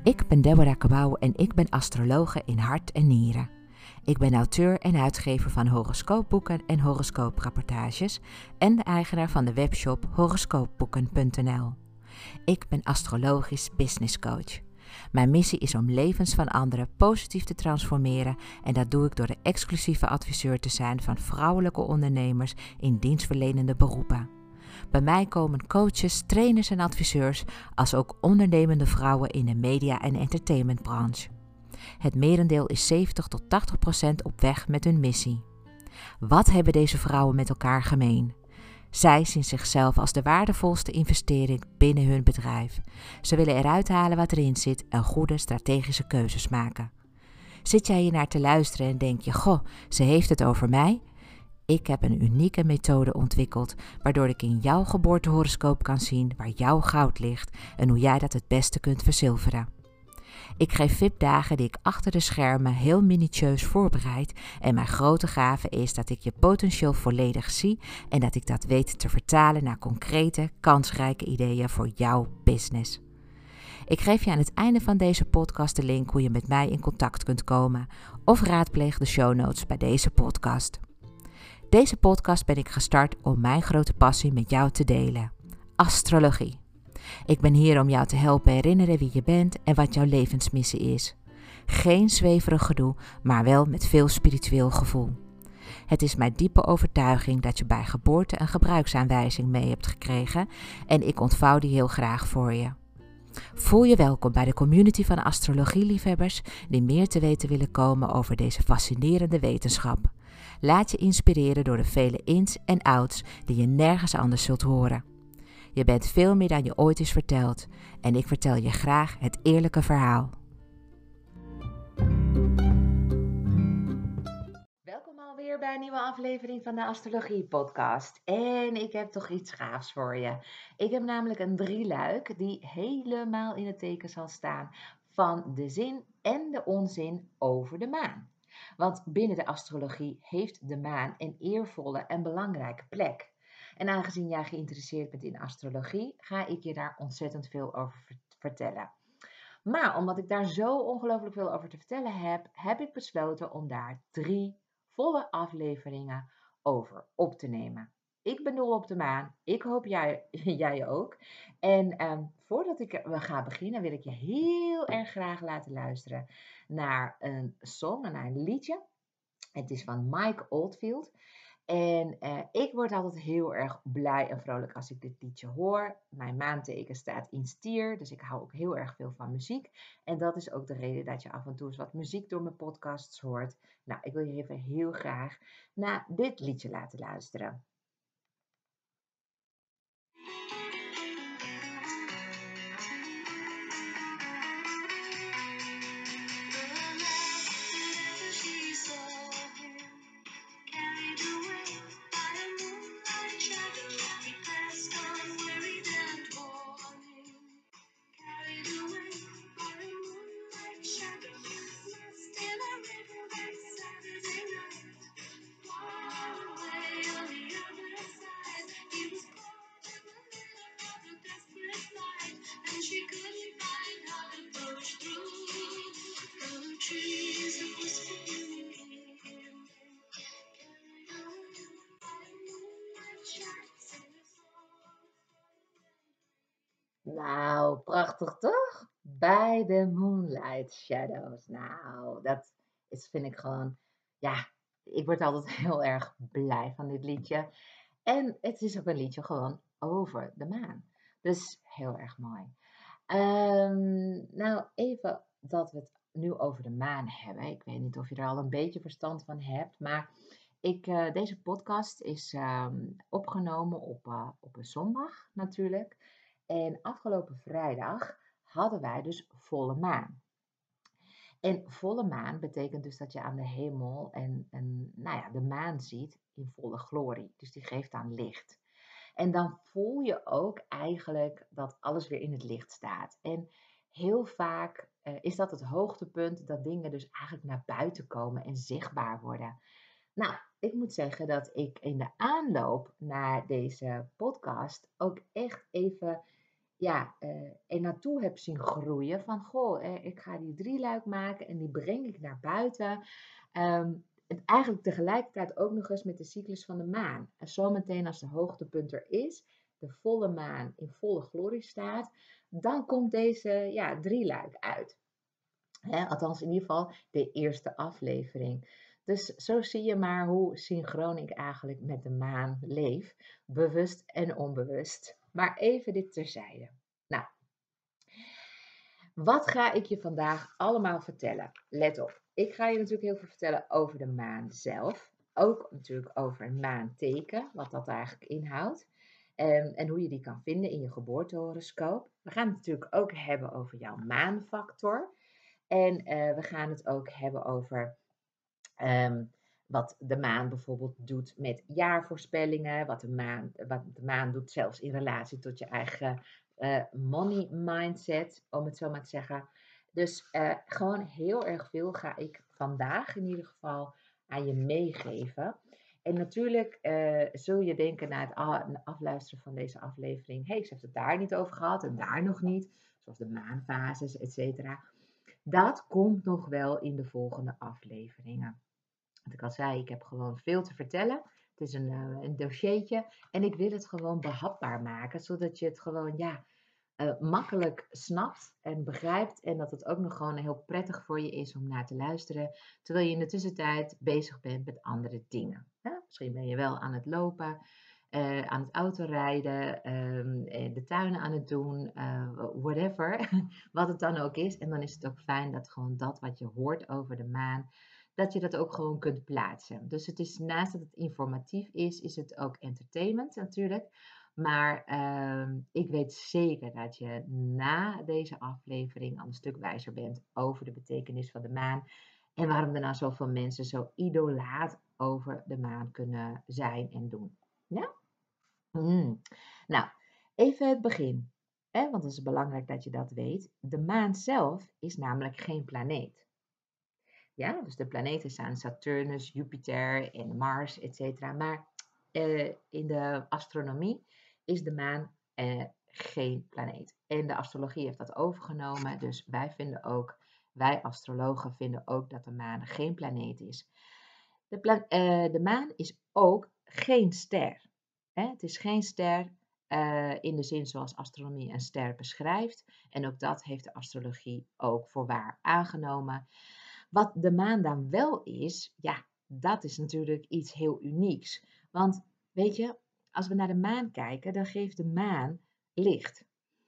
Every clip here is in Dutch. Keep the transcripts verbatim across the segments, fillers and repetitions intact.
Ik ben Deborah Cabau en ik ben astrologe in hart en nieren. Ik ben auteur en uitgever van horoscoopboeken en horoscooprapportages en de eigenaar van de webshop horoscoopboeken punt n l. Ik ben astrologisch business coach. Mijn missie is om levens van anderen positief te transformeren en dat doe ik door de exclusieve adviseur te zijn van vrouwelijke ondernemers in dienstverlenende beroepen. Bij mij komen coaches, trainers en adviseurs als ook ondernemende vrouwen in de media- en entertainmentbranche. Het merendeel is zeventig tot tachtig procent op weg met hun missie. Wat hebben deze vrouwen met elkaar gemeen? Zij zien zichzelf als de waardevolste investering binnen hun bedrijf. Ze willen eruit halen wat erin zit en goede strategische keuzes maken. Zit jij hier naar te luisteren en denk je, goh, ze heeft het over mij? Ik heb een unieke methode ontwikkeld, waardoor ik in jouw geboortehoroscoop kan zien waar jouw goud ligt en hoe jij dat het beste kunt verzilveren. Ik geef V I P-dagen die ik achter de schermen heel minutieus voorbereid en mijn grote gave is dat ik je potentieel volledig zie en dat ik dat weet te vertalen naar concrete, kansrijke ideeën voor jouw business. Ik geef je aan het einde van deze podcast de link hoe je met mij in contact kunt komen of raadpleeg de show notes bij deze podcast. Deze podcast ben ik gestart om mijn grote passie met jou te delen. Astrologie. Ik ben hier om jou te helpen herinneren wie je bent en wat jouw levensmissie is. Geen zweverig gedoe, maar wel met veel spiritueel gevoel. Het is mijn diepe overtuiging dat je bij geboorte een gebruiksaanwijzing mee hebt gekregen en ik ontvouw die heel graag voor je. Voel je welkom bij de community van astrologieliefhebbers die meer te weten willen komen over deze fascinerende wetenschap. Laat je inspireren door de vele ins en outs die je nergens anders zult horen. Je bent veel meer dan je ooit is verteld en ik vertel je graag het eerlijke verhaal. Welkom alweer bij een nieuwe aflevering van de Astrologie Podcast. En ik heb toch iets gaafs voor je. Ik heb namelijk een drieluik die helemaal in het teken zal staan van de zin en de onzin over de maan. Want binnen de astrologie heeft de maan een eervolle en belangrijke plek. En aangezien jij geïnteresseerd bent in astrologie, ga ik je daar ontzettend veel over vertellen. Maar omdat ik daar zo ongelooflijk veel over te vertellen heb, heb ik besloten om daar drie volle afleveringen over op te nemen. Ik ben dol op de maan. Ik hoop jij, jij ook. En um, voordat ik we ga beginnen, wil ik je heel erg graag laten luisteren naar een song, naar een liedje. Het is van Mike Oldfield. En uh, ik word altijd heel erg blij en vrolijk als ik dit liedje hoor. Mijn maanteken staat in stier, dus ik hou ook heel erg veel van muziek. En dat is ook de reden dat je af en toe eens wat muziek door mijn podcasts hoort. Nou, ik wil je even heel graag naar dit liedje laten luisteren. Nou, prachtig toch? By the Moonlight Shadows. Nou, dat is, vind ik gewoon, ja, ik word altijd heel erg blij van dit liedje. En het is ook een liedje gewoon over de maan. Dus heel erg mooi. Um, nou, even dat we het nu over de maan hebben. Ik weet niet of je er al een beetje verstand van hebt, maar ik, uh, deze podcast is um, opgenomen op, uh, op een zondag natuurlijk. En afgelopen vrijdag hadden wij dus volle maan. En volle maan betekent dus dat je aan de hemel en, en nou ja, de maan ziet in volle glorie. Dus die geeft dan licht. En dan voel je ook eigenlijk dat alles weer in het licht staat. En heel vaak uh, is dat het hoogtepunt dat dingen dus eigenlijk naar buiten komen en zichtbaar worden. Nou, ik moet zeggen dat ik in de aanloop naar deze podcast ook echt even ja, uh, er naartoe heb zien groeien van, goh, eh, ik ga die drieluik maken en die breng ik naar buiten. Um, en eigenlijk tegelijkertijd ook nog eens met de cyclus van de maan. En zometeen als de hoogtepunt er is, de volle maan in volle glorie staat, dan komt deze ja, drieluik uit. Hè, althans in ieder geval de eerste aflevering. Dus zo zie je maar hoe synchroon ik eigenlijk met de maan leef, bewust en onbewust. Maar even dit terzijde. Nou, wat ga ik je vandaag allemaal vertellen? Let op, ik ga je natuurlijk heel veel vertellen over de maan zelf. Ook natuurlijk over een maanteken, wat dat eigenlijk inhoudt. En, en hoe je die kan vinden in je geboortehoroscoop. We gaan het natuurlijk ook hebben over jouw maanfactor. En uh, we gaan het ook hebben over um, wat de maan bijvoorbeeld doet met jaarvoorspellingen. Wat de maan, wat de maan doet zelfs in relatie tot je eigen uh, money mindset, om het zo maar te zeggen. Dus uh, gewoon heel erg veel ga ik vandaag in ieder geval aan je meegeven. En natuurlijk uh, zul je denken na het afluisteren van deze aflevering, hé, hey, ze heeft het daar niet over gehad en daar nog niet. Zoals de maanfases, et cetera. Dat komt nog wel in de volgende afleveringen. Wat ik al zei, ik heb gewoon veel te vertellen. Het is een, uh, een dossiertje en ik wil het gewoon behapbaar maken, zodat je het gewoon ja, uh, makkelijk snapt en begrijpt en dat het ook nog gewoon heel prettig voor je is om naar te luisteren, terwijl je in de tussentijd bezig bent met andere dingen. Ja? Misschien ben je wel aan het lopen, uh, aan het autorijden, um, de tuinen aan het doen, uh, whatever, wat het dan ook is. En dan is het ook fijn dat gewoon dat wat je hoort over de maan, dat je dat ook gewoon kunt plaatsen. Dus het is naast dat het informatief is, is het ook entertainment natuurlijk. Maar uh, ik weet zeker dat je na deze aflevering al een stuk wijzer bent over de betekenis van de maan. En waarom er nou zoveel mensen zo idolaat over de maan kunnen zijn en doen. Ja? Mm. Nou, even het begin. Hè? Want het is belangrijk dat je dat weet. De maan zelf is namelijk geen planeet. Ja, dus de planeten zijn Saturnus, Jupiter en Mars, et cetera. Maar uh, in de astronomie is de maan uh, geen planeet. En de astrologie heeft dat overgenomen. Dus wij vinden ook, wij astrologen vinden ook dat de maan geen planeet is. De, pla uh, de maan is ook geen ster. Hè? Het is geen ster uh, in de zin zoals astronomie een ster beschrijft. En ook dat heeft de astrologie ook voor waar aangenomen. Wat de maan dan wel is, ja, dat is natuurlijk iets heel unieks. Want weet je, als we naar de maan kijken, dan geeft de maan licht.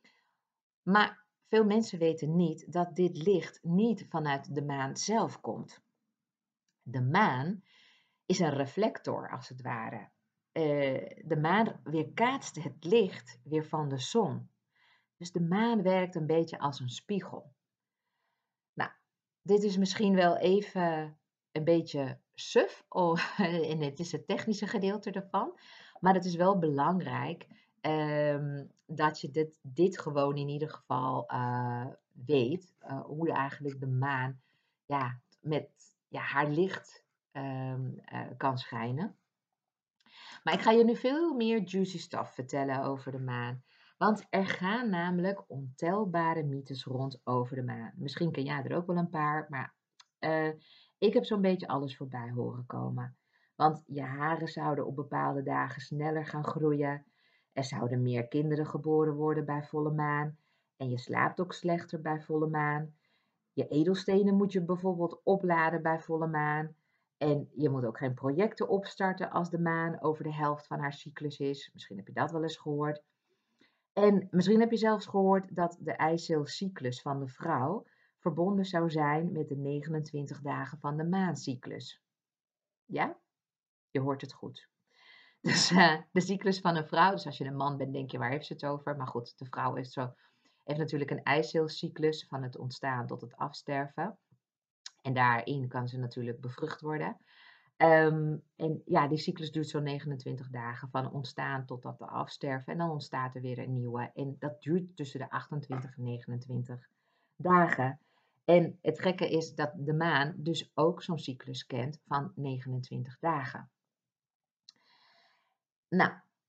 Maar veel mensen weten niet dat dit licht niet vanuit de maan zelf komt. De maan is een reflector, als het ware. Uh, de maan weerkaatst het licht weer van de zon. Dus de maan werkt een beetje als een spiegel. Nou, dit is misschien wel even een beetje suf, oh, en het is het technische gedeelte ervan. Maar het is wel belangrijk um, dat je dit, dit gewoon in ieder geval uh, weet. Uh, hoe je eigenlijk de maan ja, met ja, haar licht um, uh, kan schijnen. Maar ik ga je nu veel meer juicy stuff vertellen over de maan. Want er gaan namelijk ontelbare mythes rond over de maan. Misschien ken jij er ook wel een paar, maar uh, ik heb zo'n beetje alles voorbij horen komen. Want je haren zouden op bepaalde dagen sneller gaan groeien. Er zouden meer kinderen geboren worden bij volle maan. En je slaapt ook slechter bij volle maan. Je edelstenen moet je bijvoorbeeld opladen bij volle maan. En je moet ook geen projecten opstarten als de maan over de helft van haar cyclus is. Misschien heb je dat wel eens gehoord. En misschien heb je zelfs gehoord dat de eicelcyclus van de vrouw verbonden zou zijn met de negenentwintig dagen van de maancyclus. Ja, je hoort het goed. Dus uh, de cyclus van een vrouw, dus als je een man bent, denk je, waar heeft ze het over? Maar goed, de vrouw heeft, zo, heeft natuurlijk een eicelcyclus van het ontstaan tot het afsterven. En daarin kan ze natuurlijk bevrucht worden. Um, en ja, die cyclus duurt zo'n negenentwintig dagen van ontstaan tot dat afsterven. En dan ontstaat er weer een nieuwe. En dat duurt tussen de achtentwintig en negenentwintig dagen. En het gekke is dat de maan dus ook zo'n cyclus kent van negenentwintig dagen. Nou,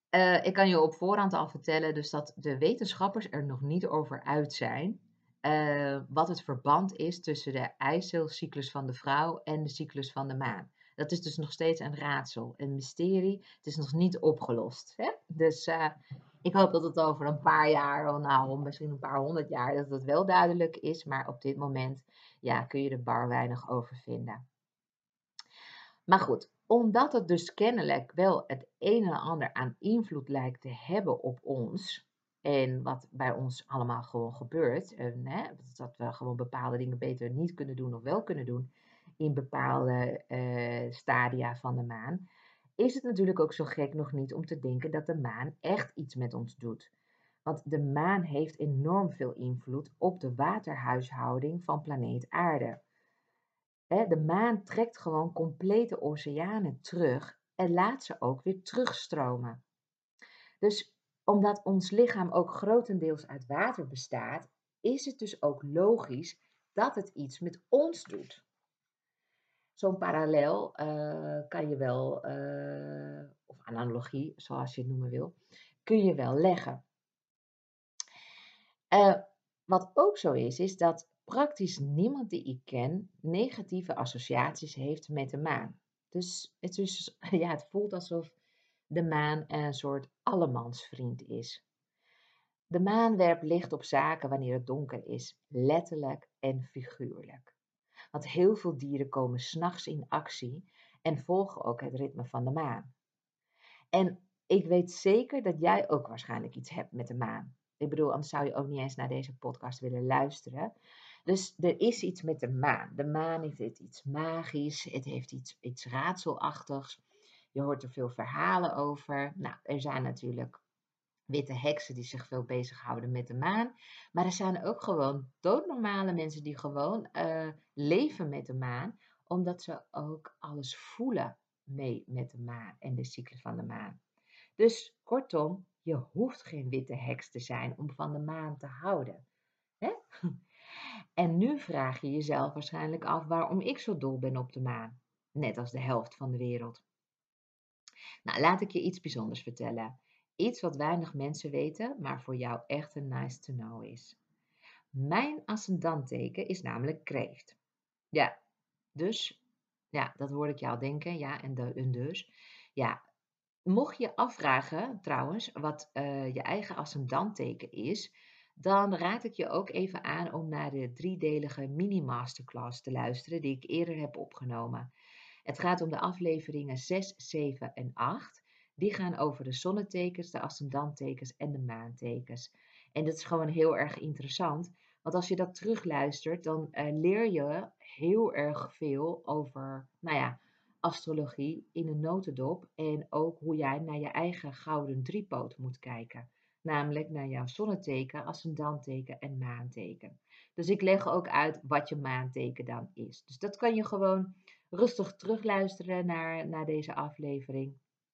Uh, ik kan je op voorhand al vertellen dus dat de wetenschappers er nog niet over uit zijn, uh, wat het verband is tussen de eicelcyclus van de vrouw en de cyclus van de maan. Dat is dus nog steeds een raadsel, een mysterie. Het is nog niet opgelost. Hè? Dus uh, ik hoop dat het over een paar jaar, of nou misschien een paar honderd jaar, dat het wel duidelijk is. Maar op dit moment ja, kun je er bar weinig over vinden. Maar goed, omdat het dus kennelijk wel het een en ander aan invloed lijkt te hebben op ons, en wat bij ons allemaal gewoon gebeurt, en, hè, dat we gewoon bepaalde dingen beter niet kunnen doen of wel kunnen doen in bepaalde uh, stadia van de maan, is het natuurlijk ook zo gek nog niet om te denken dat de maan echt iets met ons doet. Want de maan heeft enorm veel invloed op de waterhuishouding van planeet Aarde. De maan trekt gewoon complete oceanen terug en laat ze ook weer terugstromen. Dus omdat ons lichaam ook grotendeels uit water bestaat, is het dus ook logisch dat het iets met ons doet. Zo'n parallel uh, kan je wel, uh, of analogie, zoals je het noemen wil, kun je wel leggen. Uh, wat ook zo is, is dat praktisch niemand die ik ken negatieve associaties heeft met de maan. Dus het, is, ja, het voelt alsof de maan een soort allemansvriend is. De maan werpt licht op zaken wanneer het donker is, letterlijk en figuurlijk. Want heel veel dieren komen 's nachts in actie en volgen ook het ritme van de maan. En ik weet zeker dat jij ook waarschijnlijk iets hebt met de maan. Ik bedoel, anders zou je ook niet eens naar deze podcast willen luisteren. Dus er is iets met de maan. De maan heeft iets magisch, het heeft iets, iets raadselachtigs. Je hoort er veel verhalen over. Nou, er zijn natuurlijk witte heksen die zich veel bezighouden met de maan. Maar er zijn ook gewoon doodnormale mensen die gewoon uh, leven met de maan. Omdat ze ook alles voelen mee met de maan en de cyclus van de maan. Dus kortom, je hoeft geen witte heks te zijn om van de maan te houden. Hè? En nu vraag je jezelf waarschijnlijk af waarom ik zo dol ben op de maan. Net als de helft van de wereld. Nou, laat ik je iets bijzonders vertellen. Iets wat weinig mensen weten, maar voor jou echt een nice to know is. Mijn ascendanteken is namelijk kreeft. Ja, dus, ja, dat hoorde ik jou denken. Ja, en, de, en dus. Ja, mocht je afvragen trouwens wat uh, je eigen ascendanteken is, dan raad ik je ook even aan om naar de driedelige mini-masterclass te luisteren die ik eerder heb opgenomen. Het gaat om de afleveringen zes, zeven en acht. Die gaan over de zonnetekens, de ascendanttekens en de maantekens. En dat is gewoon heel erg interessant, want als je dat terugluistert, dan uh, leer je heel erg veel over, nou ja, astrologie in een notendop en ook hoe jij naar je eigen gouden driepoot moet kijken. Namelijk naar jouw zonneteken, ascendanteken en maanteken. Dus ik leg ook uit wat je maanteken dan is. Dus dat kan je gewoon rustig terugluisteren naar, naar deze aflevering.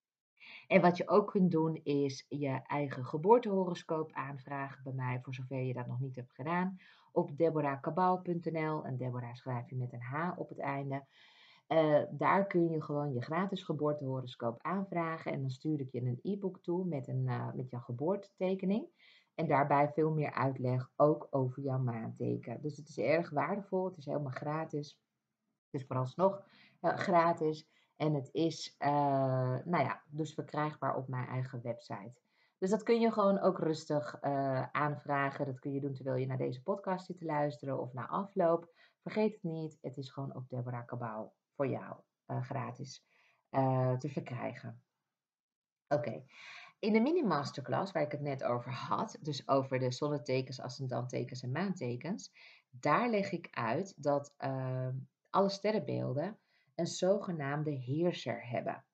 En wat je ook kunt doen is je eigen geboortehoroscoop aanvragen bij mij, voor zover je dat nog niet hebt gedaan, op deborah cabau punt n l. En Deborah schrijf je met een H op het einde. Uh, daar kun je gewoon je gratis geboortehoroscoop aanvragen en dan stuur ik je een e-book toe met, een, uh, met jouw geboortetekening. En daarbij veel meer uitleg ook over jouw maanteken. Dus het is erg waardevol, het is helemaal gratis. Het is vooralsnog uh, gratis en het is uh, nou ja, dus verkrijgbaar op mijn eigen website. Dus dat kun je gewoon ook rustig uh, aanvragen. Dat kun je doen terwijl je naar deze podcast zit te luisteren of na afloop. Vergeet het niet, het is gewoon op Deborah Cabau voor jou uh, gratis uh, te verkrijgen. Oké, okay. In de mini-masterclass waar ik het net over had, dus over de zonnetekens, ascendanttekens en maantekens, daar leg ik uit dat uh, alle sterrenbeelden een zogenaamde heerser hebben.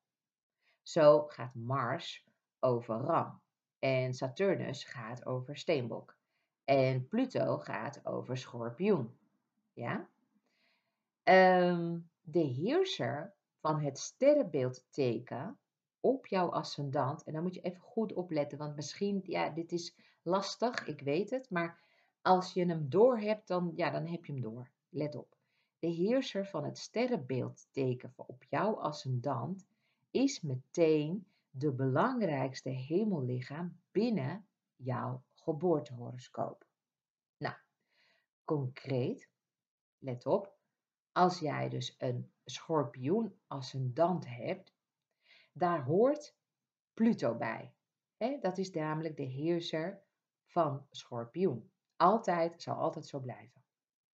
Zo gaat Mars over Ram en Saturnus gaat over Steenbok en Pluto gaat over Schorpioen. Ja? Um, de heerser van het sterrenbeeldteken op jouw ascendant, en dan moet je even goed opletten, want misschien, ja, dit is lastig, ik weet het, maar als je hem door hebt, dan, ja, dan heb je hem door. Let op. De heerser van het sterrenbeeldteken op jouw ascendant is meteen de belangrijkste hemellichaam binnen jouw geboortehoroscoop. Nou, concreet, let op, als jij dus een schorpioen ascendant hebt, daar hoort Pluto bij. Hè? Dat is namelijk de heerser van schorpioen. Altijd, zal altijd zo blijven.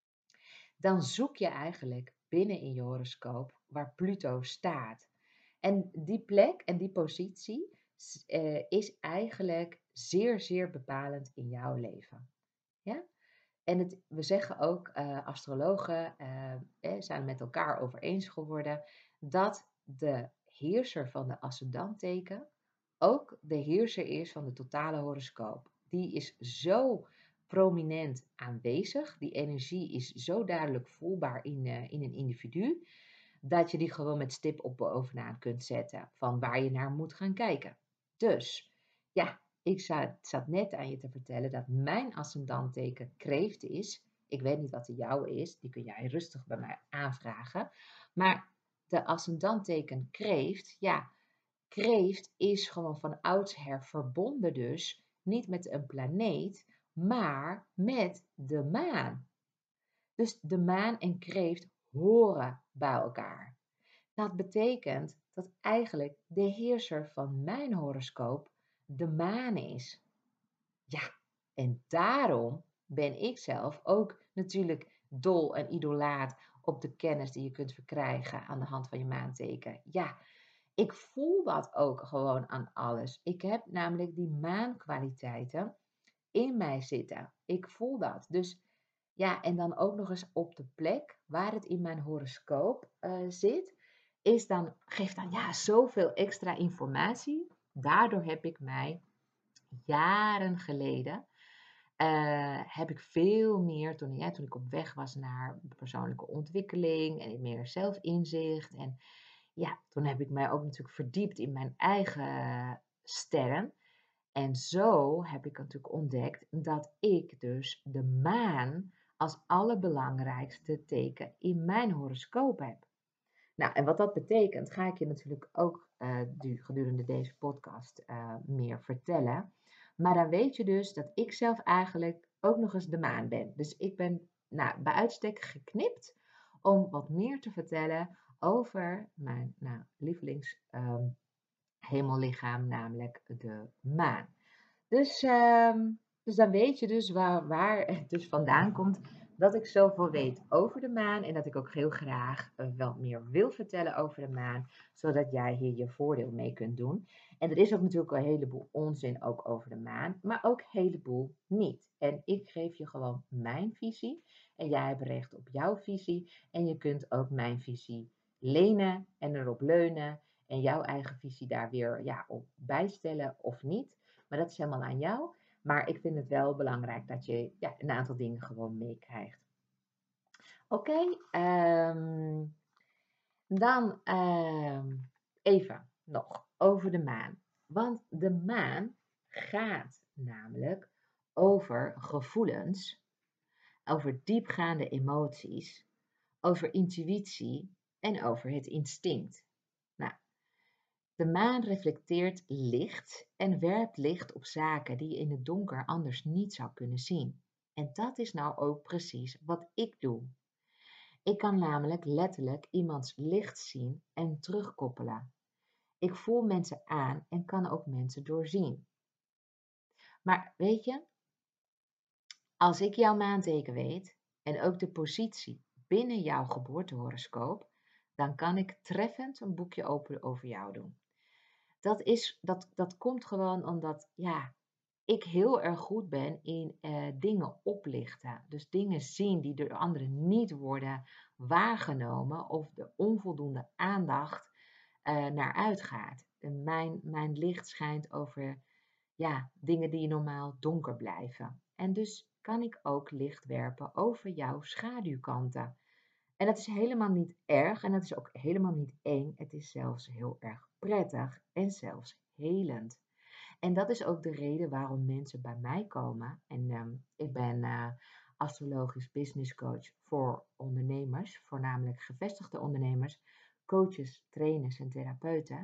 Dan zoek je eigenlijk binnen in je horoscoop waar Pluto staat. En die plek en die positie uh, is eigenlijk zeer, zeer bepalend in jouw leven. Ja? En het, we zeggen ook, uh, astrologen uh, eh, zijn met elkaar over eens geworden dat de heerser van de ascendantteken ook de heerser is van de totale horoscoop. Die is zo prominent aanwezig, die energie is zo duidelijk voelbaar in, uh, in een individu, dat je die gewoon met stip op bovenaan kunt zetten van waar je naar moet gaan kijken. Dus, ja, ik zat, zat net aan je te vertellen dat mijn ascendantteken kreeft is. Ik weet niet wat de jouwe is, die kun jij rustig bij mij aanvragen. Maar de ascendantteken kreeft, ja, kreeft is gewoon van oudsher verbonden dus niet met een planeet, maar met de maan. Dus de maan en kreeft horen bij elkaar. Dat betekent dat eigenlijk de heerser van mijn horoscoop de maan is. Ja, en daarom ben ik zelf ook natuurlijk dol en idolaat op de kennis die je kunt verkrijgen aan de hand van je maanteken. Ja, ik voel dat ook gewoon aan alles. Ik heb namelijk die maankwaliteiten in mij zitten. Ik voel dat. Dus ja, en dan ook nog eens op de plek waar het in mijn horoscoop uh, zit, is dan, geeft dan ja zoveel extra informatie. Daardoor heb ik mij jaren geleden, uh, heb ik veel meer, toen, ja, toen ik op weg was naar persoonlijke ontwikkeling en meer zelfinzicht. En ja, toen heb ik mij ook natuurlijk verdiept in mijn eigen sterren. En zo heb ik natuurlijk ontdekt dat ik dus de maan als allerbelangrijkste teken in mijn horoscoop heb. Nou, en wat dat betekent, ga ik je natuurlijk ook uh, gedurende deze podcast uh, meer vertellen. Maar dan weet je dus dat ik zelf eigenlijk ook nog eens de maan ben. Dus ik ben nou, bij uitstek geknipt om wat meer te vertellen over mijn nou, lievelings um, hemellichaam, namelijk de maan. Dus, um, dus dan weet je dus waar, waar het dus vandaan komt dat ik zoveel weet over de maan en dat ik ook heel graag uh, wel meer wil vertellen over de maan, zodat jij hier je voordeel mee kunt doen. En er is ook natuurlijk een heleboel onzin ook over de maan, maar ook een heleboel niet. En ik geef je gewoon mijn visie en jij hebt recht op jouw visie en je kunt ook mijn visie lenen en erop leunen en jouw eigen visie daar weer ja, op bijstellen of niet. Maar dat is helemaal aan jou. Maar ik vind het wel belangrijk dat je ja, een aantal dingen gewoon meekrijgt. Oké, okay, um, dan um, even nog over de maan. Want de maan gaat namelijk over gevoelens, over diepgaande emoties, over intuïtie en over het instinct. Nou, de maan reflecteert licht en werpt licht op zaken die je in het donker anders niet zou kunnen zien. En dat is nou ook precies wat ik doe. Ik kan namelijk letterlijk iemands licht zien en terugkoppelen. Ik voel mensen aan en kan ook mensen doorzien. Maar weet je, als ik jouw maanteken weet en ook de positie binnen jouw geboortehoroscoop, dan kan ik treffend een boekje open over jou doen. Dat, is, dat, dat komt gewoon omdat ja, ik heel erg goed ben in uh, dingen oplichten. Dus dingen zien die door anderen niet worden waargenomen of de onvoldoende aandacht uh, naar uitgaat. En mijn, mijn licht schijnt over ja, dingen die normaal donker blijven. En dus kan ik ook licht werpen over jouw schaduwkanten. En dat is helemaal niet erg en dat is ook helemaal niet eng. Het is zelfs heel erg prettig en zelfs helend. En dat is ook de reden waarom mensen bij mij komen. En um, ik ben uh, astrologisch business coach voor ondernemers, voornamelijk gevestigde ondernemers, coaches, trainers en therapeuten.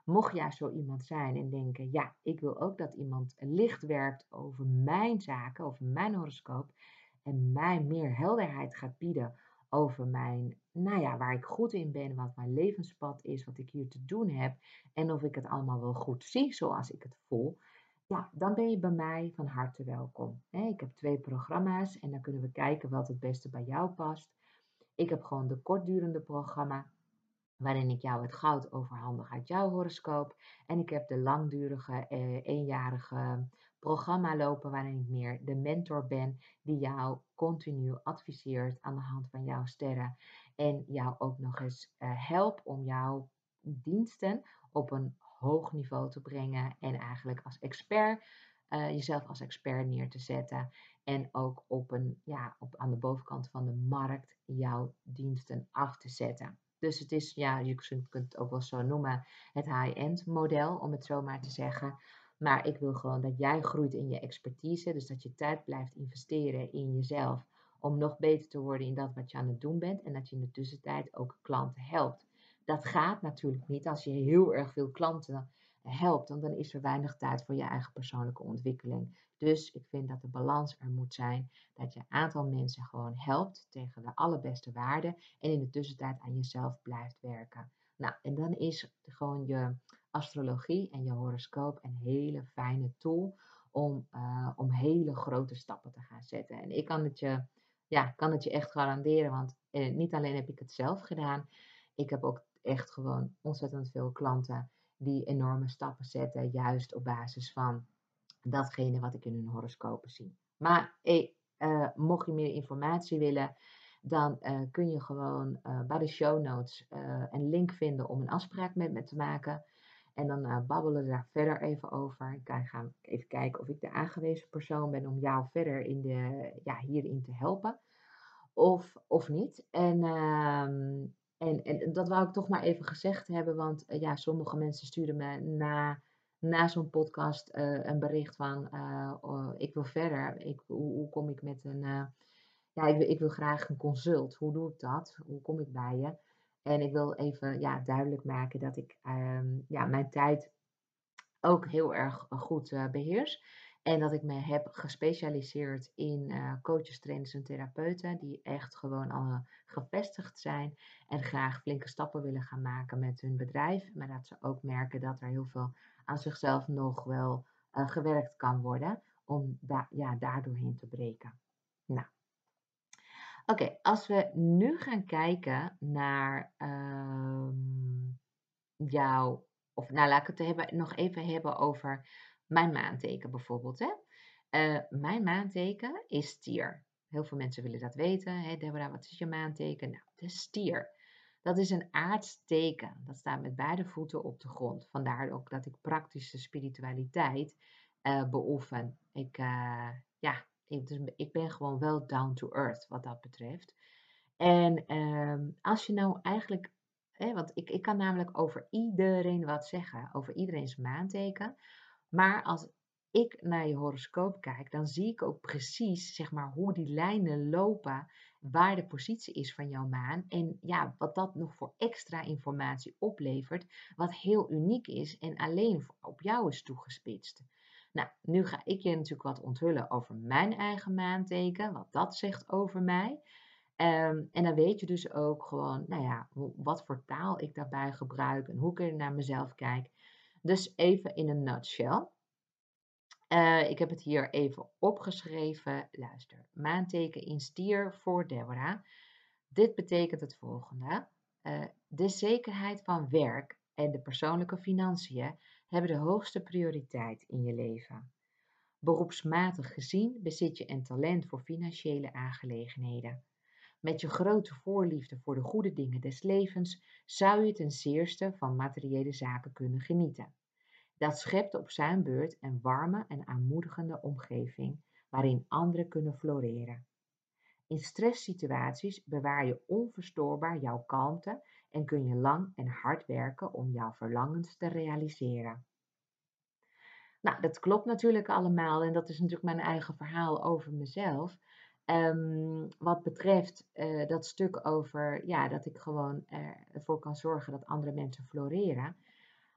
Mocht jij zo iemand zijn en denken, ja, ik wil ook dat iemand licht werkt over mijn zaken, over mijn horoscoop en mij meer helderheid gaat bieden over mijn, nou ja, waar ik goed in ben, wat mijn levenspad is, wat ik hier te doen heb en of ik het allemaal wel goed zie zoals ik het voel, ja, dan ben je bij mij van harte welkom. Hè, ik heb twee programma's en dan kunnen we kijken wat het beste bij jou past. Ik heb gewoon de kortdurende programma waarin ik jou het goud overhandig uit jouw horoscoop. En ik heb de langdurige, eh, eenjarige programma lopen waarin ik meer de mentor ben die jou continu adviseert aan de hand van jouw sterren. En jou ook nog eens eh, helpt om jouw diensten op een hoog niveau te brengen. En eigenlijk als expert, eh, jezelf als expert neer te zetten. En ook op een, ja, op, aan de bovenkant van de markt jouw diensten af te zetten. Dus het is, ja, je kunt het ook wel zo noemen, het high-end model, om het zo maar te zeggen. Maar ik wil gewoon dat jij groeit in je expertise, dus dat je tijd blijft investeren in jezelf om nog beter te worden in dat wat je aan het doen bent en dat je in de tussentijd ook klanten helpt. Dat gaat natuurlijk niet als je heel erg veel klanten helpt, want dan is er weinig tijd voor je eigen persoonlijke ontwikkeling. Dus ik vind dat de balans er moet zijn dat je een aantal mensen gewoon helpt tegen de allerbeste waarde en in de tussentijd aan jezelf blijft werken. Nou, en dan is gewoon je astrologie en je horoscoop een hele fijne tool om, uh, om hele grote stappen te gaan zetten. En ik kan het je, ja, kan het je echt garanderen, want eh, niet alleen heb ik het zelf gedaan, ik heb ook echt gewoon ontzettend veel klanten die enorme stappen zetten, juist op basis van datgene wat ik in hun horoscopen zie. Maar hey, uh, mocht je meer informatie willen, dan uh, kun je gewoon uh, bij de show notes uh, een link vinden om een afspraak met me te maken. En dan uh, babbelen we daar verder even over. Ik ga gaan even kijken of ik de aangewezen persoon ben om jou verder in de, ja, hierin te helpen. Of, of niet. En, uh, en, en dat wou ik toch maar even gezegd hebben, want uh, ja, sommige mensen sturen me na na zo'n podcast uh, een bericht van uh, oh, ik wil verder. Ik, hoe, hoe kom ik met een, uh, ja, ik, ik wil graag een consult. Hoe doe ik dat? Hoe kom ik bij je? En ik wil even ja, duidelijk maken dat ik um, ja, mijn tijd ook heel erg goed uh, beheers. En dat ik me heb gespecialiseerd in uh, coaches, trainers en therapeuten die echt gewoon al gevestigd zijn en graag flinke stappen willen gaan maken met hun bedrijf. Maar dat ze ook merken dat er heel veel aan zichzelf nog wel uh, gewerkt kan worden om da ja, daardoorheen te breken. Nou, oké, okay, als we nu gaan kijken naar um, jouw, of nou laat ik het hebben, nog even hebben over mijn maanteken bijvoorbeeld. Hè? Uh, mijn maanteken is stier. Heel veel mensen willen dat weten. Hè? Deborah, wat is je maanteken? Nou, het is stier. Dat is een aards teken. Dat staat met beide voeten op de grond. Vandaar ook dat ik praktische spiritualiteit uh, beoefen. Ik, uh, ja, ik, dus ik ben gewoon wel down to earth wat dat betreft. En um, als je nou eigenlijk, hè, want ik, ik kan namelijk over iedereen wat zeggen, over iedereen's maanteken. Maar als ik naar je horoscoop kijk, dan zie ik ook precies, zeg maar, hoe die lijnen lopen, waar de positie is van jouw maan. En ja, wat dat nog voor extra informatie oplevert, wat heel uniek is en alleen op jou is toegespitst. Nou, nu ga ik je natuurlijk wat onthullen over mijn eigen maanteken, wat dat zegt over mij. Um, en dan weet je dus ook gewoon, nou ja, wat voor taal ik daarbij gebruik en hoe ik er naar mezelf kijk. Dus even in een nutshell. Uh, ik heb het hier even opgeschreven. Luister, maanteken in stier voor Deborah. Dit betekent het volgende. Uh, de zekerheid van werk en de persoonlijke financiën hebben de hoogste prioriteit in je leven. Beroepsmatig gezien bezit je een talent voor financiële aangelegenheden. Met je grote voorliefde voor de goede dingen des levens zou je ten zeerste van materiële zaken kunnen genieten. Dat schept op zijn beurt een warme en aanmoedigende omgeving waarin anderen kunnen floreren. In stresssituaties bewaar je onverstoorbaar jouw kalmte en kun je lang en hard werken om jouw verlangens te realiseren. Nou, dat klopt natuurlijk allemaal en dat is natuurlijk mijn eigen verhaal over mezelf. Um, wat betreft uh, dat stuk over ja, dat ik gewoon ervoor kan zorgen dat andere mensen floreren.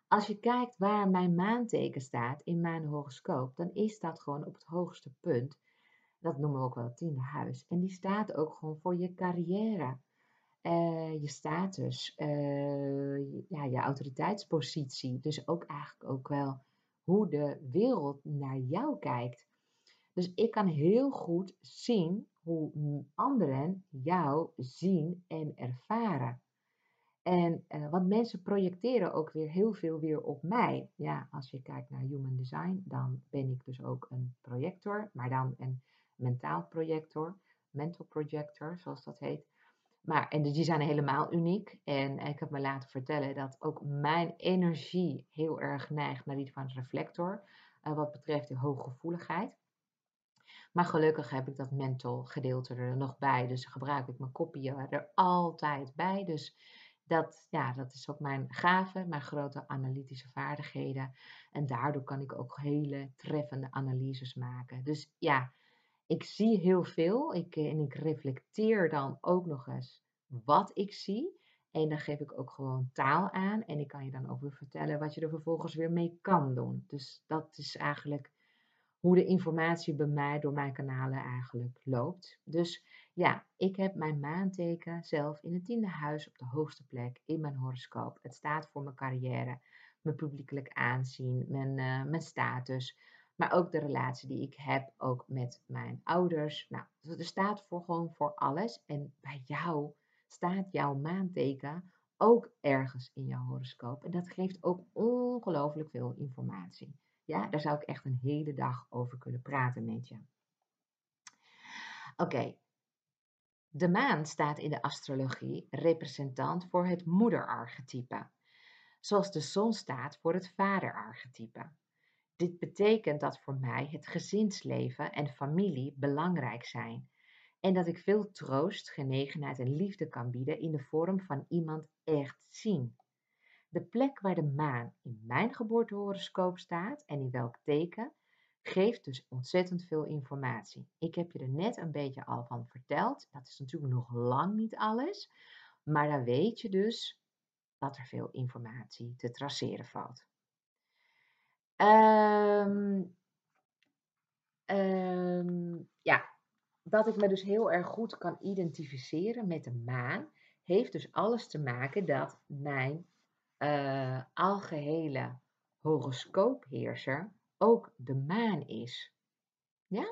Als je kijkt waar mijn maanteken staat in mijn horoscoop, dan is dat gewoon op het hoogste punt. Dat noemen we ook wel het tiende huis. En die staat ook gewoon voor je carrière, eh, je status, eh, je- ja, je autoriteitspositie. Dus ook eigenlijk ook wel hoe de wereld naar jou kijkt. Dus ik kan heel goed zien hoe mm, anderen jou zien en ervaren. En eh, want mensen projecteren ook weer heel veel weer op mij. Ja, als je kijkt naar human design, dan ben ik dus ook een projector, maar dan een mentaal projector, mental projector, zoals dat heet. Maar, en die zijn helemaal uniek. En ik heb me laten vertellen dat ook mijn energie heel erg neigt naar die van een reflector, eh, wat betreft de hooggevoeligheid. Maar gelukkig heb ik dat mental gedeelte er nog bij. Dus gebruik ik mijn kopieën er altijd bij. Dus dat, ja, dat is ook mijn gave, mijn grote analytische vaardigheden. En daardoor kan ik ook hele treffende analyses maken. Dus ja, ik zie heel veel. Ik, eh, en ik reflecteer dan ook nog eens wat ik zie. En dan geef ik ook gewoon taal aan. En ik kan je dan ook weer vertellen wat je er vervolgens weer mee kan doen. Dus dat is eigenlijk hoe de informatie bij mij door mijn kanalen eigenlijk loopt. Dus ja, ik heb mijn maanteken zelf in het tiende huis op de hoogste plek in mijn horoscoop. Het staat voor mijn carrière, mijn publiekelijk aanzien, mijn, eh, mijn status, maar ook de relatie die ik heb ook met mijn ouders. Nou, dus er staat voor gewoon voor alles. En bij jou staat jouw maanteken ook ergens in jouw horoscoop. En dat geeft ook ongelooflijk veel informatie. Ja, daar zou ik echt een hele dag over kunnen praten met je. Oké, de maan staat in de astrologie representant voor het moederarchetype, zoals de zon staat voor het vaderarchetype. Dit betekent dat voor mij het gezinsleven en familie belangrijk zijn en dat ik veel troost, genegenheid en liefde kan bieden in de vorm van iemand echt zien. De plek waar de maan in mijn geboortehoroscoop staat en in welk teken, geeft dus ontzettend veel informatie. Ik heb je er net een beetje al van verteld. Dat is natuurlijk nog lang niet alles. Maar dan weet je dus dat er veel informatie te traceren valt. Ehm, ehm, ja, dat ik me dus heel erg goed kan identificeren met de maan, heeft dus alles te maken dat mijn uh, algehele horoscoopheerser ook de maan is. Ja?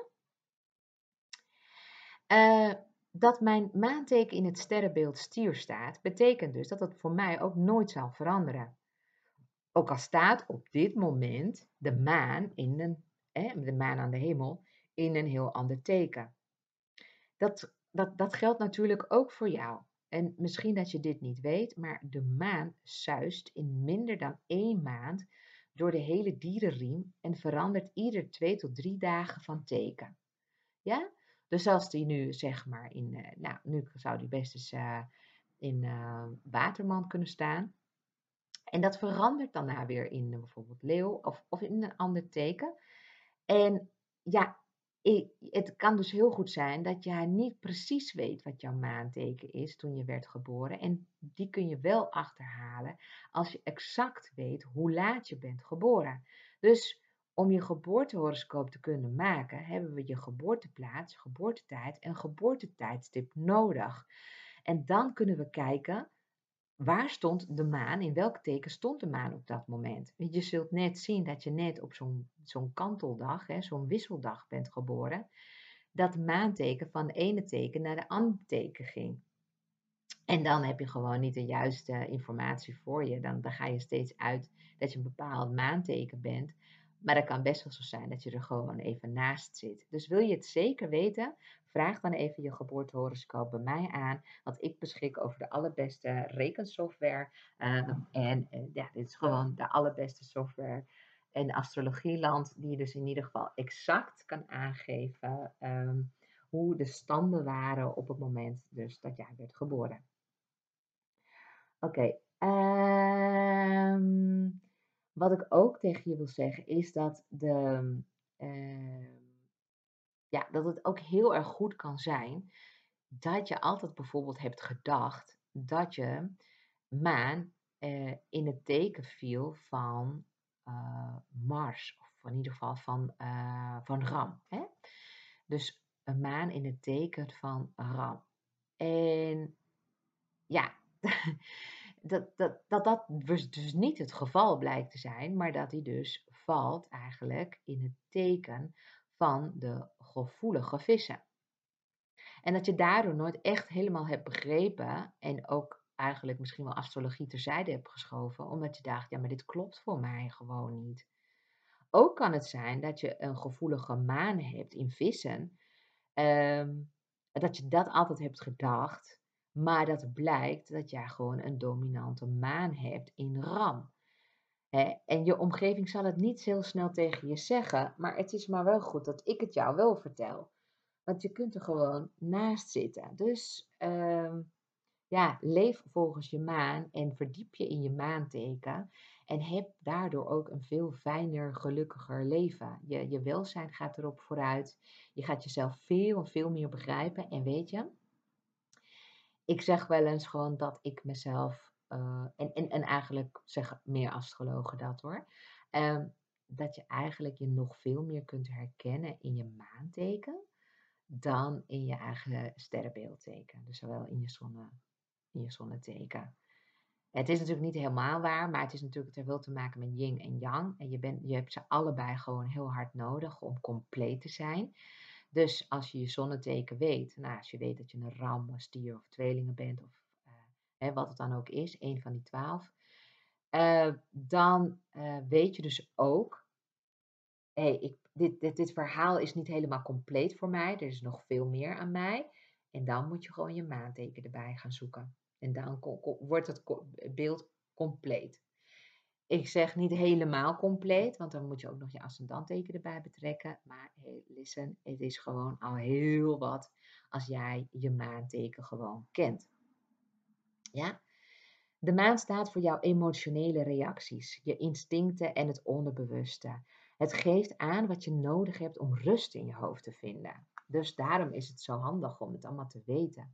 Uh, dat mijn maanteken in het sterrenbeeld stier staat, betekent dus dat het voor mij ook nooit zal veranderen. Ook al staat op dit moment de maan, in een, eh, de maan aan de hemel in een heel ander teken. Dat, dat, dat geldt natuurlijk ook voor jou. En misschien dat je dit niet weet, maar de maan suist in minder dan één maand door de hele dierenriem en verandert ieder twee tot drie dagen van teken. Ja? Dus als die nu zeg maar in, uh, nou nu zou die best eens uh, in uh, waterman kunnen staan. En dat verandert daarna weer in uh, bijvoorbeeld leeuw of, of in een ander teken. En ja, het kan dus heel goed zijn dat jij niet precies weet wat jouw maanteken is toen je werd geboren. En die kun je wel achterhalen als je exact weet hoe laat je bent geboren. Dus om je geboortehoroscoop te kunnen maken, hebben we je geboorteplaats, geboortetijd en geboortetijdstip nodig. En dan kunnen we kijken, waar stond de maan, in welk teken stond de maan op dat moment? Je zult net zien dat je net op zo'n zo'n kanteldag, zo'n wisseldag bent geboren, dat de maanteken van de ene teken naar de andere teken ging. En dan heb je gewoon niet de juiste informatie voor je. Dan, dan ga je steeds uit dat je een bepaald maanteken bent. Maar dat kan best wel zo zijn dat je er gewoon even naast zit. Dus wil je het zeker weten, vraag dan even je geboortehoroscoop bij mij aan. Want ik beschik over de allerbeste rekensoftware. Uh, en uh, ja, dit is gewoon de allerbeste software in astrologieland. Die je dus in ieder geval exact kan aangeven um, hoe de standen waren op het moment dus dat jij werd geboren. Oké, okay. um, wat ik ook tegen je wil zeggen is dat, de, uh, ja, dat het ook heel erg goed kan zijn dat je altijd bijvoorbeeld hebt gedacht dat je maan eh, in het teken viel van eh, Mars, of in ieder geval van, eh, van Ram. Hè? Dus een maan in het teken van Ram. En ja, dat dat, dat, dat dus, dus niet het geval blijkt te zijn, maar dat hij dus valt eigenlijk in het teken van de gevoelige vissen. En dat je daardoor nooit echt helemaal hebt begrepen en ook eigenlijk misschien wel astrologie terzijde hebt geschoven, omdat je dacht, ja, maar dit klopt voor mij gewoon niet. Ook kan het zijn dat je een gevoelige maan hebt in vissen, ehm, dat je dat altijd hebt gedacht, maar dat het blijkt dat jij gewoon een dominante maan hebt in Ram. Hè? En je omgeving zal het niet heel snel tegen je zeggen, maar het is maar wel goed dat ik het jou wel vertel. Want je kunt er gewoon naast zitten. Dus ehm, ja, leef volgens je maan en verdiep je in je maanteken. En heb daardoor ook een veel fijner, gelukkiger leven. Je, je welzijn gaat erop vooruit. Je gaat jezelf veel en veel meer begrijpen. En weet je, ik zeg wel eens gewoon dat ik mezelf, eh, en, en, en eigenlijk zeggen meer astrologen dat hoor, ehm, dat je eigenlijk je nog veel meer kunt herkennen in je maanteken dan in je eigen sterrenbeeldteken. Dus zowel in je zonne, in je zonneteken. Het is natuurlijk niet helemaal waar, maar het is natuurlijk, het heeft wel te maken met yin en yang. En je, bent, je hebt ze allebei gewoon heel hard nodig om compleet te zijn. Dus als je je zonneteken weet, nou, als je weet dat je een ram, een stier of tweelingen bent, of eh, hè, wat het dan ook is, een van die twaalf, eh, dan eh, weet je dus ook, hey, ik, dit, dit, dit verhaal is niet helemaal compleet voor mij, er is nog veel meer aan mij. En dan moet je gewoon je maanteken erbij gaan zoeken. En dan ko- ko- wordt het ko- beeld compleet. Ik zeg niet helemaal compleet, want dan moet je ook nog je ascendanteken erbij betrekken. Maar hey, listen, het is gewoon al heel wat als jij je maanteken gewoon kent. Ja? De maan staat voor jouw emotionele reacties, je instincten en het onderbewuste. Het geeft aan wat je nodig hebt om rust in je hoofd te vinden. Dus daarom is het zo handig om het allemaal te weten.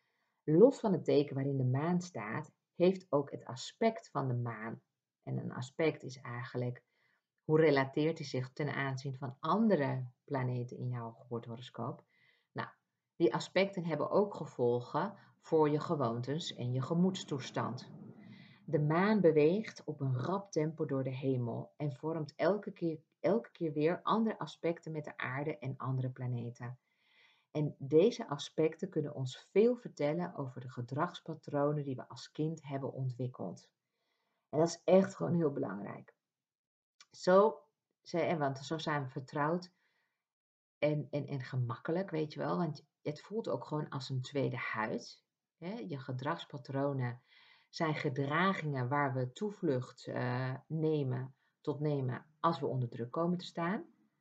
Los van het teken waarin de maan staat, heeft ook het aspect van de maan. En een aspect is eigenlijk hoe relateert hij zich ten aanzien van andere planeten in jouw geboortehoroscoop. Nou, die aspecten hebben ook gevolgen voor je gewoontes en je gemoedstoestand. De maan beweegt op een rap tempo door de hemel en vormt elke keer, elke keer weer andere aspecten met de aarde en andere planeten. En deze aspecten kunnen ons veel vertellen over de gedragspatronen die we als kind hebben ontwikkeld. En dat is echt gewoon heel belangrijk. Zo, want zo zijn we vertrouwd en, en, en gemakkelijk, weet je wel. Want het voelt ook gewoon als een tweede huid. Hè? Je gedragspatronen zijn gedragingen waar we toevlucht uh, nemen, tot nemen als we onder druk komen te staan.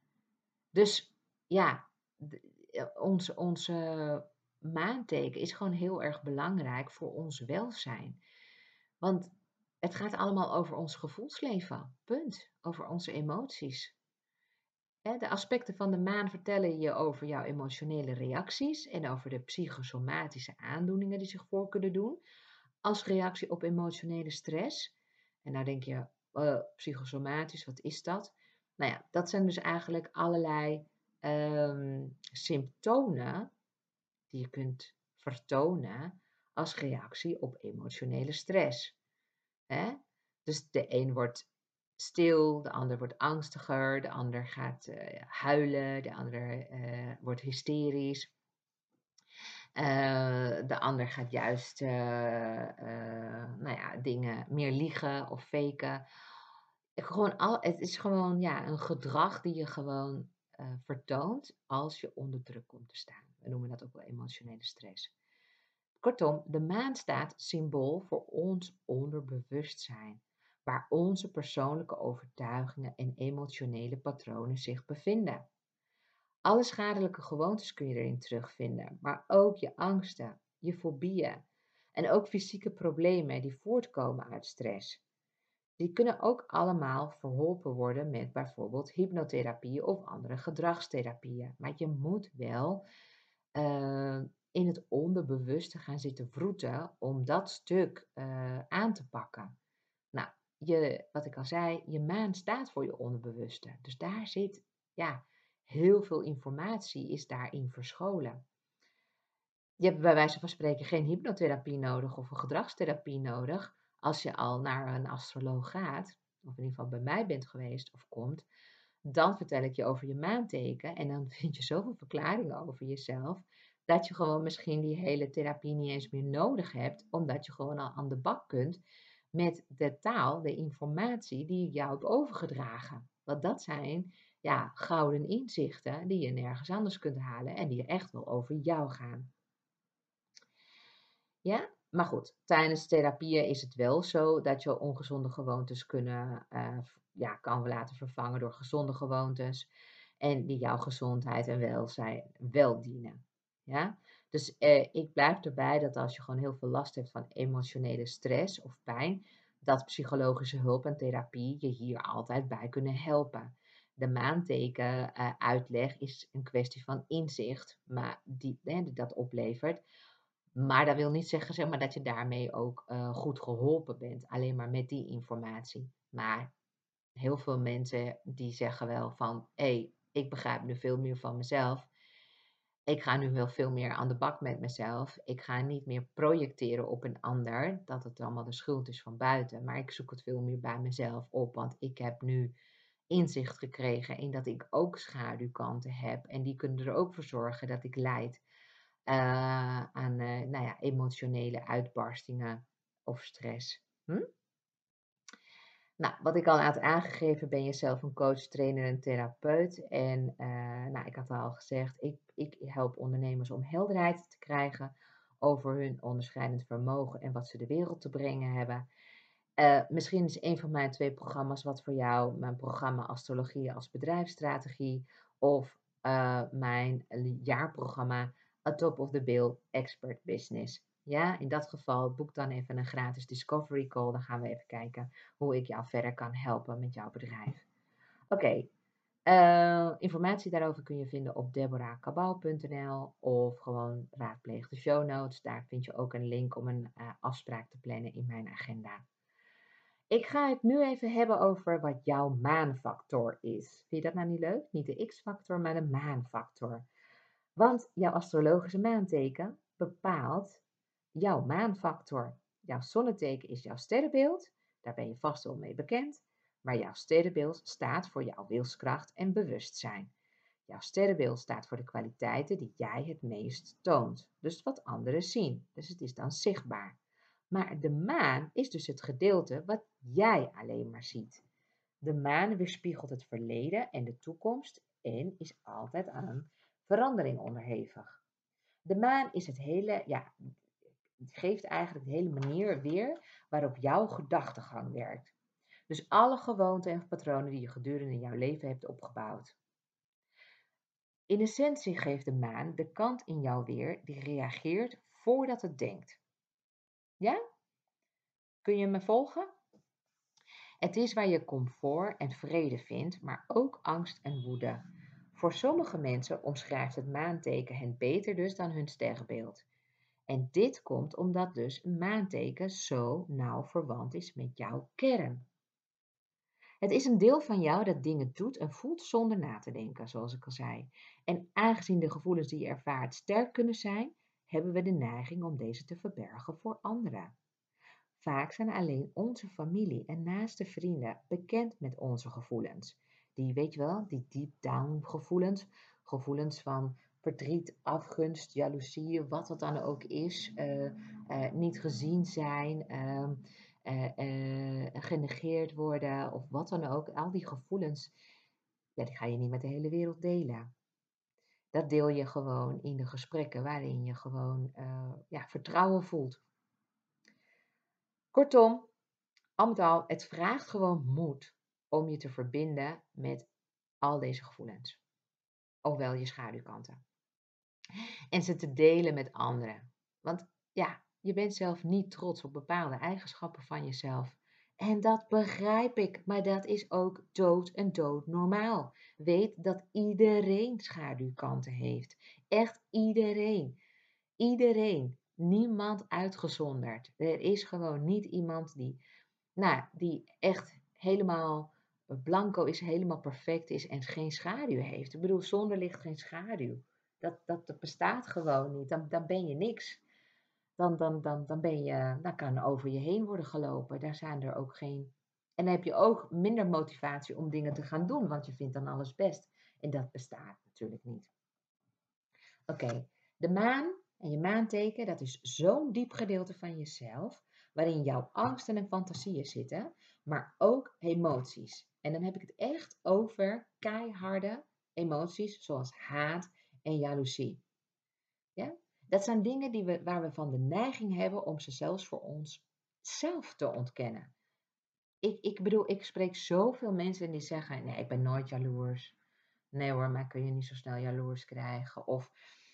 Dus ja, onze, onze maanteken is gewoon heel erg belangrijk voor ons welzijn. Want het gaat allemaal over ons gevoelsleven, punt. Over onze emoties. De aspecten van de maan vertellen je over jouw emotionele reacties en over de psychosomatische aandoeningen die zich voor kunnen doen als reactie op emotionele stress. En nou denk je, uh, psychosomatisch, wat is dat? Nou ja, dat zijn dus eigenlijk allerlei um, symptomen die je kunt vertonen als reactie op emotionele stress. Hè? Dus de een wordt stil, de ander wordt angstiger, de ander gaat uh, huilen, de ander uh, wordt hysterisch. Uh, de ander gaat juist uh, uh, nou ja, dingen meer liegen of faken. Gewoon al, het is gewoon ja, een gedrag die je gewoon uh, vertoont als je onder druk komt te staan. We noemen dat ook wel emotionele stress. Kortom, de maan staat symbool voor ons onderbewustzijn, waar onze persoonlijke overtuigingen en emotionele patronen zich bevinden. Alle schadelijke gewoontes kun je erin terugvinden, maar ook je angsten, je fobieën en ook fysieke problemen die voortkomen uit stress. Die kunnen ook allemaal verholpen worden met bijvoorbeeld hypnotherapie of andere gedragstherapieën. Maar je moet wel uh, in het onderbewuste gaan zitten vroeten om dat stuk uh, aan te pakken. je, wat ik al zei, je maan staat voor je onderbewuste. Dus daar zit, ja, heel veel informatie is daarin verscholen. Je hebt bij wijze van spreken geen hypnotherapie nodig of een gedragstherapie nodig als je al naar een astroloog gaat, of in ieder geval bij mij bent geweest of komt. Dan vertel ik je over je maanteken en dan vind je zoveel verklaringen over jezelf, dat je gewoon misschien die hele therapie niet eens meer nodig hebt, omdat je gewoon al aan de bak kunt met de taal, de informatie die ik jou heb overgedragen. Want dat zijn, ja, gouden inzichten die je nergens anders kunt halen en die echt wel over jou gaan. Ja, maar goed, tijdens therapieën is het wel zo dat je ongezonde gewoontes kunnen, eh, v- ja, kan laten vervangen door gezonde gewoontes en die jouw gezondheid en welzijn wel dienen. Ja, dus eh, ik blijf erbij dat als je gewoon heel veel last hebt van emotionele stress of pijn, dat psychologische hulp en therapie je hier altijd bij kunnen helpen. De maanteken eh, uitleg is een kwestie van inzicht, maar die, hè, die dat oplevert. Maar dat wil niet zeggen, zeg maar, dat je daarmee ook eh, goed geholpen bent, alleen maar met die informatie. Maar heel veel mensen die zeggen wel van, hé, hey, ik begrijp nu veel meer van mezelf. Ik ga nu wel veel meer aan de bak met mezelf. Ik ga niet meer projecteren op een ander, dat het allemaal de schuld is van buiten. Maar ik zoek het veel meer bij mezelf op, want ik heb nu inzicht gekregen in dat ik ook schaduwkanten heb. En die kunnen er ook voor zorgen dat ik lijd eh, aan eh, nou ja, emotionele uitbarstingen of stress. Hm? Nou, wat ik al had aangegeven, ben je zelf een coach, trainer en therapeut. En eh, nou, ik had al gezegd, ik, ik help ondernemers om helderheid te krijgen over hun onderscheidend vermogen en wat ze de wereld te brengen hebben. Eh, misschien is een van mijn twee programma's wat voor jou, mijn programma Astrologie als bedrijfsstrategie of eh, mijn jaarprogramma A Top of the Bill Expert Business. Ja, in dat geval boek dan even een gratis discovery call. Dan gaan we even kijken hoe ik jou verder kan helpen met jouw bedrijf. Oké, eh, informatie daarover kun je vinden op deborah cabau punt n l of gewoon raadpleeg de show notes. Daar vind je ook een link om een uh, afspraak te plannen in mijn agenda. Ik ga het nu even hebben over wat jouw maanfactor is. Vind je dat nou niet leuk? Niet de X-factor, maar de maanfactor. Want jouw astrologische maanteken bepaalt jouw maanfactor. Jouw zonneteken is jouw sterrenbeeld, daar ben je vast wel mee bekend. Maar jouw sterrenbeeld staat voor jouw wilskracht en bewustzijn. Jouw sterrenbeeld staat voor de kwaliteiten die jij het meest toont. Dus wat anderen zien. Dus het is dan zichtbaar. Maar de maan is dus het gedeelte wat jij alleen maar ziet. De maan weerspiegelt het verleden en de toekomst en is altijd aan verandering onderhevig. De maan is het hele, ja, het geeft eigenlijk de hele manier weer waarop jouw gedachtegang werkt. Dus alle gewoonten en patronen die je gedurende jouw leven hebt opgebouwd. In essentie geeft de maan de kant in jou weer die reageert voordat het denkt. Ja? Kun je me volgen? Het is waar je comfort en vrede vindt, maar ook angst en woede. Voor sommige mensen omschrijft het maanteken hen beter dus dan hun sterrenbeeld. En dit komt omdat dus een maanteken zo nauw verwant is met jouw kern. Het is een deel van jou dat dingen doet en voelt zonder na te denken, zoals ik al zei. En aangezien de gevoelens die je ervaart sterk kunnen zijn, hebben we de neiging om deze te verbergen voor anderen. Vaak zijn alleen onze familie en naaste vrienden bekend met onze gevoelens. Die, weet je wel, die deep down gevoelens. Gevoelens van verdriet, afgunst, jaloezie, wat het dan ook is. Uh, uh, niet gezien zijn, uh, uh, genegeerd worden of wat dan ook. Al die gevoelens, ja, die ga je niet met de hele wereld delen. Dat deel je gewoon in de gesprekken waarin je gewoon uh, ja, vertrouwen voelt. Kortom, al met al, het vraagt gewoon moed om je te verbinden met al deze gevoelens. Ofwel je schaduwkanten. En ze te delen met anderen. Want ja, je bent zelf niet trots op bepaalde eigenschappen van jezelf. En dat begrijp ik, maar dat is ook dood en dood normaal. Weet dat iedereen schaduwkanten heeft. Echt iedereen. Iedereen. Niemand uitgezonderd. Er is gewoon niet iemand die nou, die echt helemaal blanco is, helemaal perfect is en geen schaduw heeft. Ik bedoel, zonder licht geen schaduw. Dat, dat, dat bestaat gewoon niet. Dan, dan ben je niks. Dan, dan, dan, dan ben je, dan kan over je heen worden gelopen. Daar zijn er ook geen. En dan heb je ook minder motivatie om dingen te gaan doen, want je vindt dan alles best. En dat bestaat natuurlijk niet. Oké, de maan en je maanteken, dat is zo'n diep gedeelte van jezelf, waarin jouw angsten en fantasieën zitten, maar ook emoties. En dan heb ik het echt over keiharde emoties, zoals haat en jaloezie. Ja? Dat zijn dingen die we, waar we van de neiging hebben om ze zelfs voor ons zelf te ontkennen. Ik, ik bedoel, ik spreek zoveel mensen die zeggen, nee, ik ben nooit jaloers. Nee hoor, mij kun je niet zo snel jaloers krijgen. Of,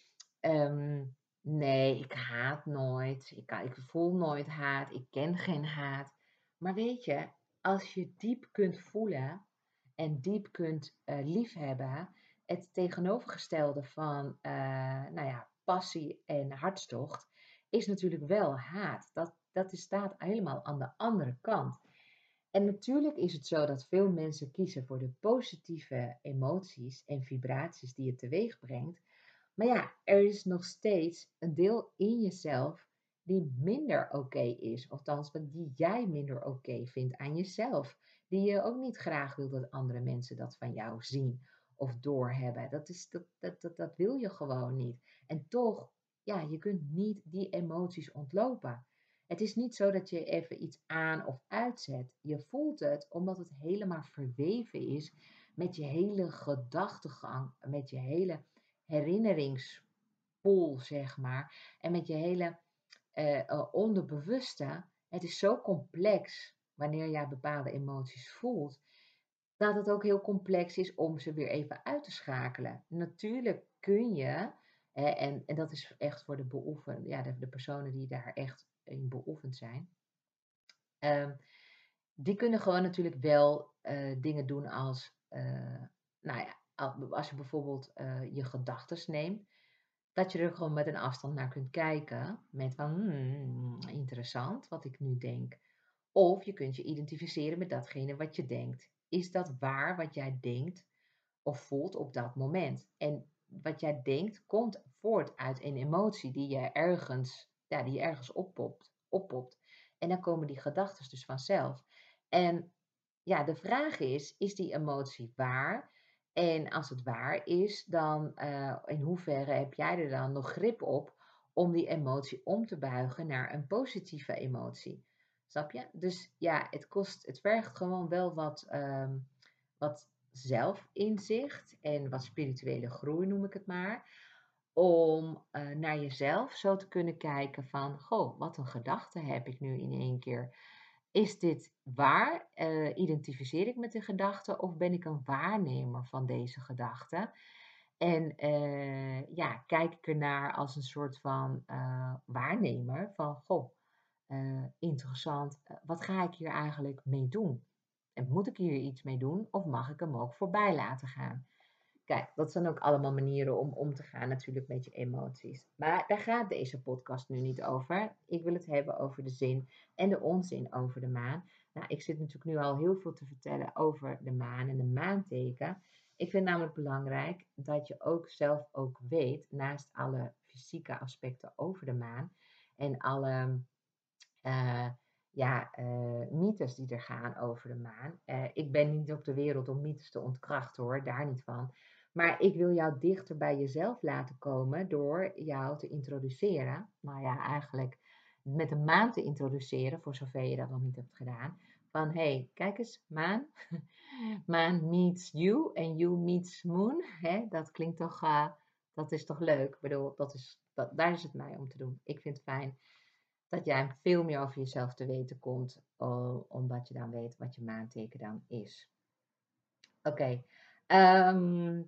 ehm, nee, ik haat nooit. Ik, kan- ik voel nooit haat. Ik ken geen haat. Maar weet je, als je diep kunt voelen en diep kunt eh, liefhebben, het tegenovergestelde van, eh, nou ja, passie en hartstocht, is natuurlijk wel haat. Dat, dat is, staat helemaal aan de andere kant. En natuurlijk is het zo dat veel mensen kiezen voor de positieve emoties en vibraties die het teweeg brengt. Maar ja, er is nog steeds een deel in jezelf die minder oké is. Althans, die jij minder oké vindt aan jezelf. Die je ook niet graag wil dat andere mensen dat van jou zien of doorhebben. Dat, is, dat, dat, dat, dat wil je gewoon niet. En toch, ja, je kunt niet die emoties ontlopen. Het is niet zo dat je even iets aan of uitzet. Je voelt het omdat het helemaal verweven is met je hele gedachtegang, met je hele herinneringspool, zeg maar. En met je hele eh, eh, onderbewuste. Het is zo complex wanneer jij bepaalde emoties voelt, dat het ook heel complex is om ze weer even uit te schakelen. Natuurlijk kun je, eh, en, en dat is echt voor de beoefen, ja, de, de personen die daar echt in beoefend zijn. Ehm, die kunnen gewoon natuurlijk wel eh, dingen doen als, eh, nou ja, al- als je bijvoorbeeld eh, je gedachten neemt, dat je er gewoon met een afstand naar kunt kijken, met van, hmm, interessant wat ik nu denk. Of je kunt je identificeren met datgene wat je denkt. Is dat waar wat jij denkt of voelt op dat moment? En wat jij denkt komt voort uit een emotie die je ergens, ja, die ergens oppopt, oppopt. En dan komen die gedachten dus vanzelf. En ja, de vraag is, is die emotie waar? En als het waar is, dan uh, in hoeverre heb jij er dan nog grip op om die emotie om te buigen naar een positieve emotie? Snap je? Dus ja, het kost, het vergt gewoon wel wat, um, wat zelfinzicht en wat spirituele groei, noem ik het maar. Om uh, naar jezelf zo te kunnen kijken van, goh, wat een gedachte heb ik nu in één keer. Is dit waar? Uh, identificeer ik met de gedachte of ben ik een waarnemer van deze gedachte? En uh, ja, kijk ik ernaar als een soort van uh, waarnemer van, goh, uh, interessant, uh, wat ga ik hier eigenlijk mee doen? En moet ik hier iets mee doen of mag ik hem ook voorbij laten gaan? Kijk, dat zijn ook allemaal manieren om om te gaan natuurlijk met je emoties. Maar daar gaat deze podcast nu niet over. Ik wil het hebben over de zin en de onzin over de maan. Nou, ik zit natuurlijk nu al heel veel te vertellen over de maan en de maanteken. Ik vind het namelijk belangrijk dat je ook zelf ook weet, naast alle fysieke aspecten over de maan en alle uh, ja, uh, mythes die er gaan over de maan. Uh, ik ben niet op de wereld om mythes te ontkrachten hoor, daar niet van. Maar ik wil jou dichter bij jezelf laten komen door jou te introduceren. Nou ja, eigenlijk met een maan te introduceren, voor zover je dat nog niet hebt gedaan. Van, hé, hey, kijk eens, maan. Maan meets you en you meets moon. Hè? Dat klinkt toch, uh, dat is toch leuk? Ik bedoel, dat is, dat, daar is het mij om te doen. Ik vind het fijn dat jij veel meer over jezelf te weten komt, uh, omdat je dan weet wat je maanteken dan is. Oké, okay. um,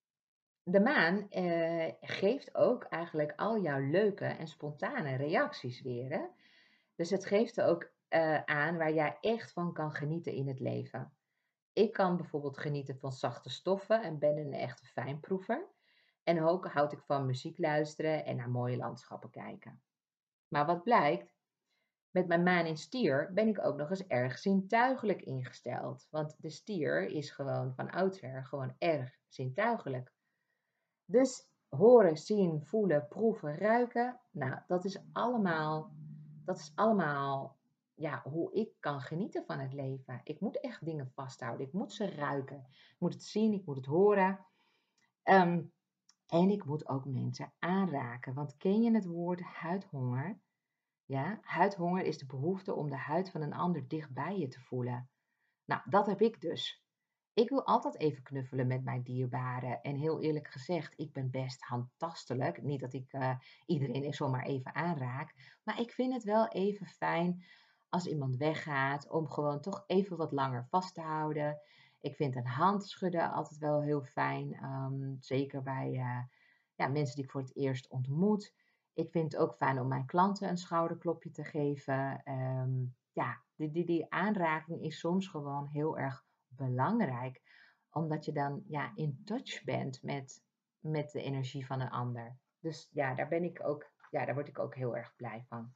de maan uh, geeft ook eigenlijk al jouw leuke en spontane reacties weer. Hè? Dus het geeft er ook uh, aan waar jij echt van kan genieten in het leven. Ik kan bijvoorbeeld genieten van zachte stoffen en ben een echte fijnproever. En ook houd ik van muziek luisteren en naar mooie landschappen kijken. Maar wat blijkt? Met mijn maan in stier ben ik ook nog eens erg zintuigelijk ingesteld. Want de stier is gewoon van oudsher gewoon erg zintuigelijk. Dus horen, zien, voelen, proeven, ruiken. Nou, dat is allemaal, dat is allemaal ja, hoe ik kan genieten van het leven. Ik moet echt dingen vasthouden. Ik moet ze ruiken. Ik moet het zien, ik moet het horen. Ehm, en ik moet ook mensen aanraken. Want ken je het woord huidhonger? Ja, huidhonger is de behoefte om de huid van een ander dicht bij je te voelen. Nou, dat heb ik dus. Ik wil altijd even knuffelen met mijn dierbaren. En heel eerlijk gezegd, ik ben best handtastelijk. Niet dat ik eh, iedereen er zomaar even aanraak. Maar ik vind het wel even fijn als iemand weggaat om gewoon toch even wat langer vast te houden. Ik vind een hand schudden altijd wel heel fijn. ehm, zeker bij eh, ja, mensen die ik voor het eerst ontmoet. Ik vind het ook fijn om mijn klanten een schouderklopje te geven. Ehm, ja, die, die, die aanraking is soms gewoon heel erg belangrijk, omdat je dan ja, in touch bent met, met de energie van een ander. Dus ja, daar ben ik ook, ja, daar word ik ook heel erg blij van.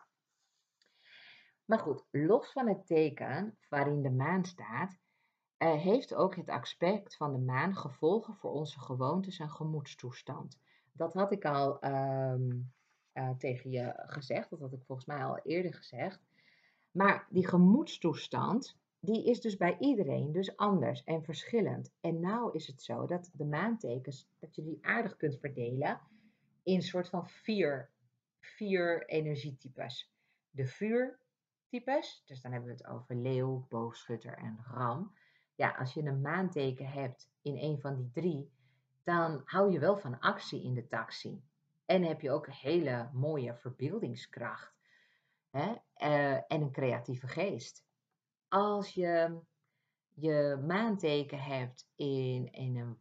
Maar goed, los van het teken waarin de maan staat, eh, heeft ook het aspect van de maan gevolgen voor onze gewoontes en gemoedstoestand. Dat had ik al ehm, eh, tegen je gezegd, dat had ik volgens mij al eerder gezegd. Maar die gemoedstoestand, die is dus bij iedereen dus anders en verschillend. En nou is het zo dat de maantekens, dat je die aardig kunt verdelen in een soort van vier, vier energietypes. De vuurtypes, dus dan hebben we het over leeuw, boogschutter en ram. Ja, als je een maanteken hebt in een van die drie, dan hou je wel van actie in de taxi. En heb je ook een hele mooie verbeeldingskracht. Hè? eh, en een creatieve geest. Als je je maanteken hebt in, in een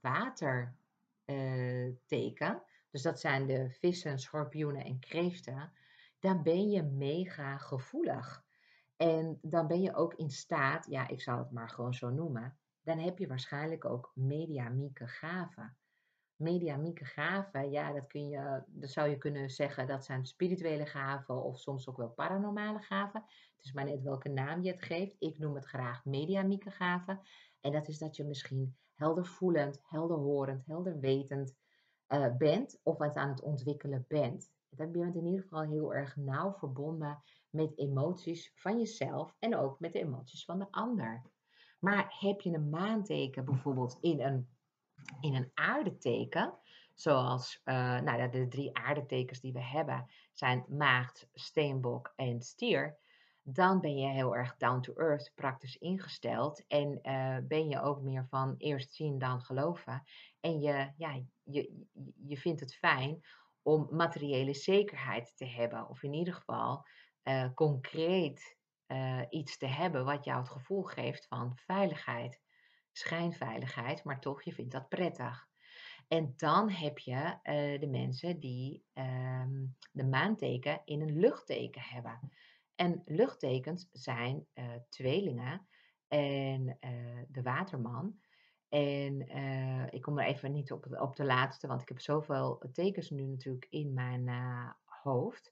waterteken, dus dat zijn de vissen, schorpioenen en kreeften, dan ben je mega gevoelig. En dan ben je ook in staat, ja, ik zal het maar gewoon zo noemen, dan heb je waarschijnlijk ook mediamieke gaven. Mediamieke gaven, ja, dat kun je, dat zou je kunnen zeggen, dat zijn spirituele gaven of soms ook wel paranormale gaven. Het is maar net welke naam je het geeft. Ik noem het graag mediamieke gaven. En dat is dat je misschien heldervoelend, helderhorend, helderwetend eh, bent of wat aan het ontwikkelen bent. Dan ben je in ieder geval heel erg nauw verbonden met emoties van jezelf en ook met de emoties van de ander. Maar heb je een maanteken bijvoorbeeld in een in een aardeteken, zoals uh, nou ja, de drie aardetekens die we hebben zijn maagd, steenbok en stier, dan ben je heel erg down to earth, praktisch ingesteld en uh, ben je ook meer van eerst zien dan geloven. En je, ja, je, je vindt het fijn om materiële zekerheid te hebben, of in ieder geval uh, concreet uh, iets te hebben wat jou het gevoel geeft van veiligheid, schijnveiligheid, maar toch, je vindt dat prettig. En dan heb je uh, de mensen die um, de maanteken in een luchtteken hebben. En luchttekens zijn uh, tweelingen en uh, de waterman. En uh, ik kom er even niet op, op de laatste, want ik heb zoveel tekens nu natuurlijk in mijn uh, hoofd.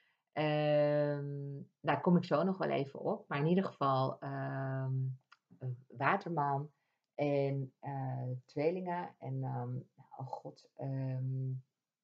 Um, daar kom ik zo nog wel even op. Maar in ieder geval um, waterman en uh, tweelingen. En um, oh god, um,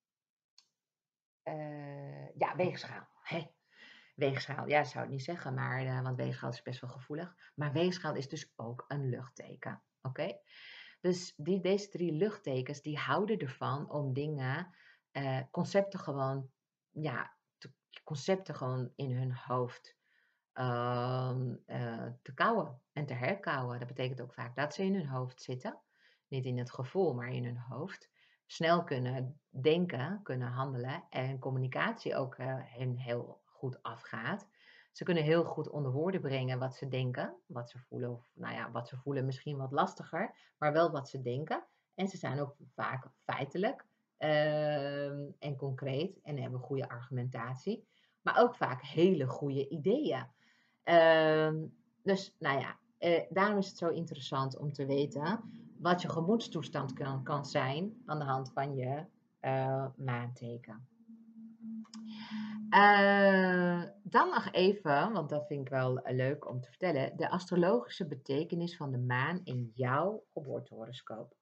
uh, ja, weegschaal. Hey. Weegschaal, ja, zou het niet zeggen, maar, uh, want weegschaal is best wel gevoelig. Maar weegschaal is dus ook een luchtteken. Oké? Okay? Dus die, deze drie luchttekens, die houden ervan om dingen, uh, concepten gewoon, ja, te, concepten gewoon in hun hoofd uh, uh, te kouwen en te herkauwen. Dat betekent ook vaak dat ze in hun hoofd zitten. Niet in het gevoel, maar in hun hoofd. Snel kunnen denken, kunnen handelen en communicatie ook uh, hen heel goed afgaat. Ze kunnen heel goed onder woorden brengen wat ze denken, wat ze voelen. Of nou ja, wat ze voelen misschien wat lastiger, maar wel wat ze denken. En ze zijn ook vaak feitelijk uh, en concreet en hebben goede argumentatie. Maar ook vaak hele goede ideeën. Uh, dus nou ja, uh, daarom is het zo interessant om te weten wat je gemoedstoestand kan, kan zijn aan de hand van je uh, maanteken. Eh, dan nog even, want dat vind ik wel eh, leuk om te vertellen, de astrologische betekenis van de maan in jouw geboortehoroscoop.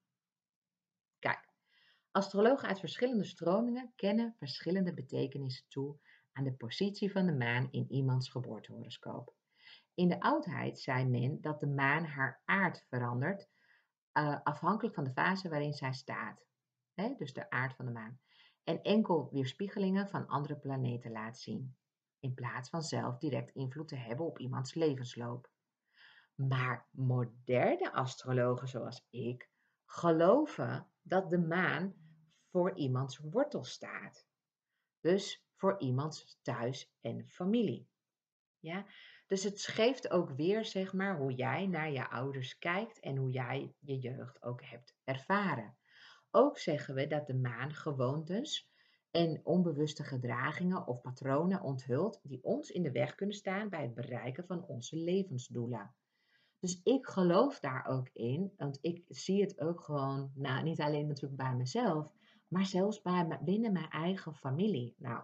Kijk, astrologen uit verschillende stromingen kennen verschillende betekenissen toe aan de positie van de maan in iemands geboortehoroscoop. In de oudheid zei men dat de maan haar aard verandert, eh, afhankelijk van de fase waarin zij staat. Hè, dus de aard van de maan. En enkel weerspiegelingen van andere planeten laat zien. In plaats van zelf direct invloed te hebben op iemands levensloop. Maar moderne astrologen zoals ik geloven dat de maan voor iemands wortel staat. Dus voor iemands thuis en familie. Ja, dus het geeft ook weer, zeg maar, hoe jij naar je ouders kijkt en hoe jij je jeugd ook hebt ervaren. Ook zeggen we dat de maan gewoontes en onbewuste gedragingen of patronen onthult die ons in de weg kunnen staan bij het bereiken van onze levensdoelen. Dus ik geloof daar ook in, want ik zie het ook gewoon, nou, niet alleen natuurlijk bij mezelf, maar zelfs bij me- binnen mijn eigen familie. Nou,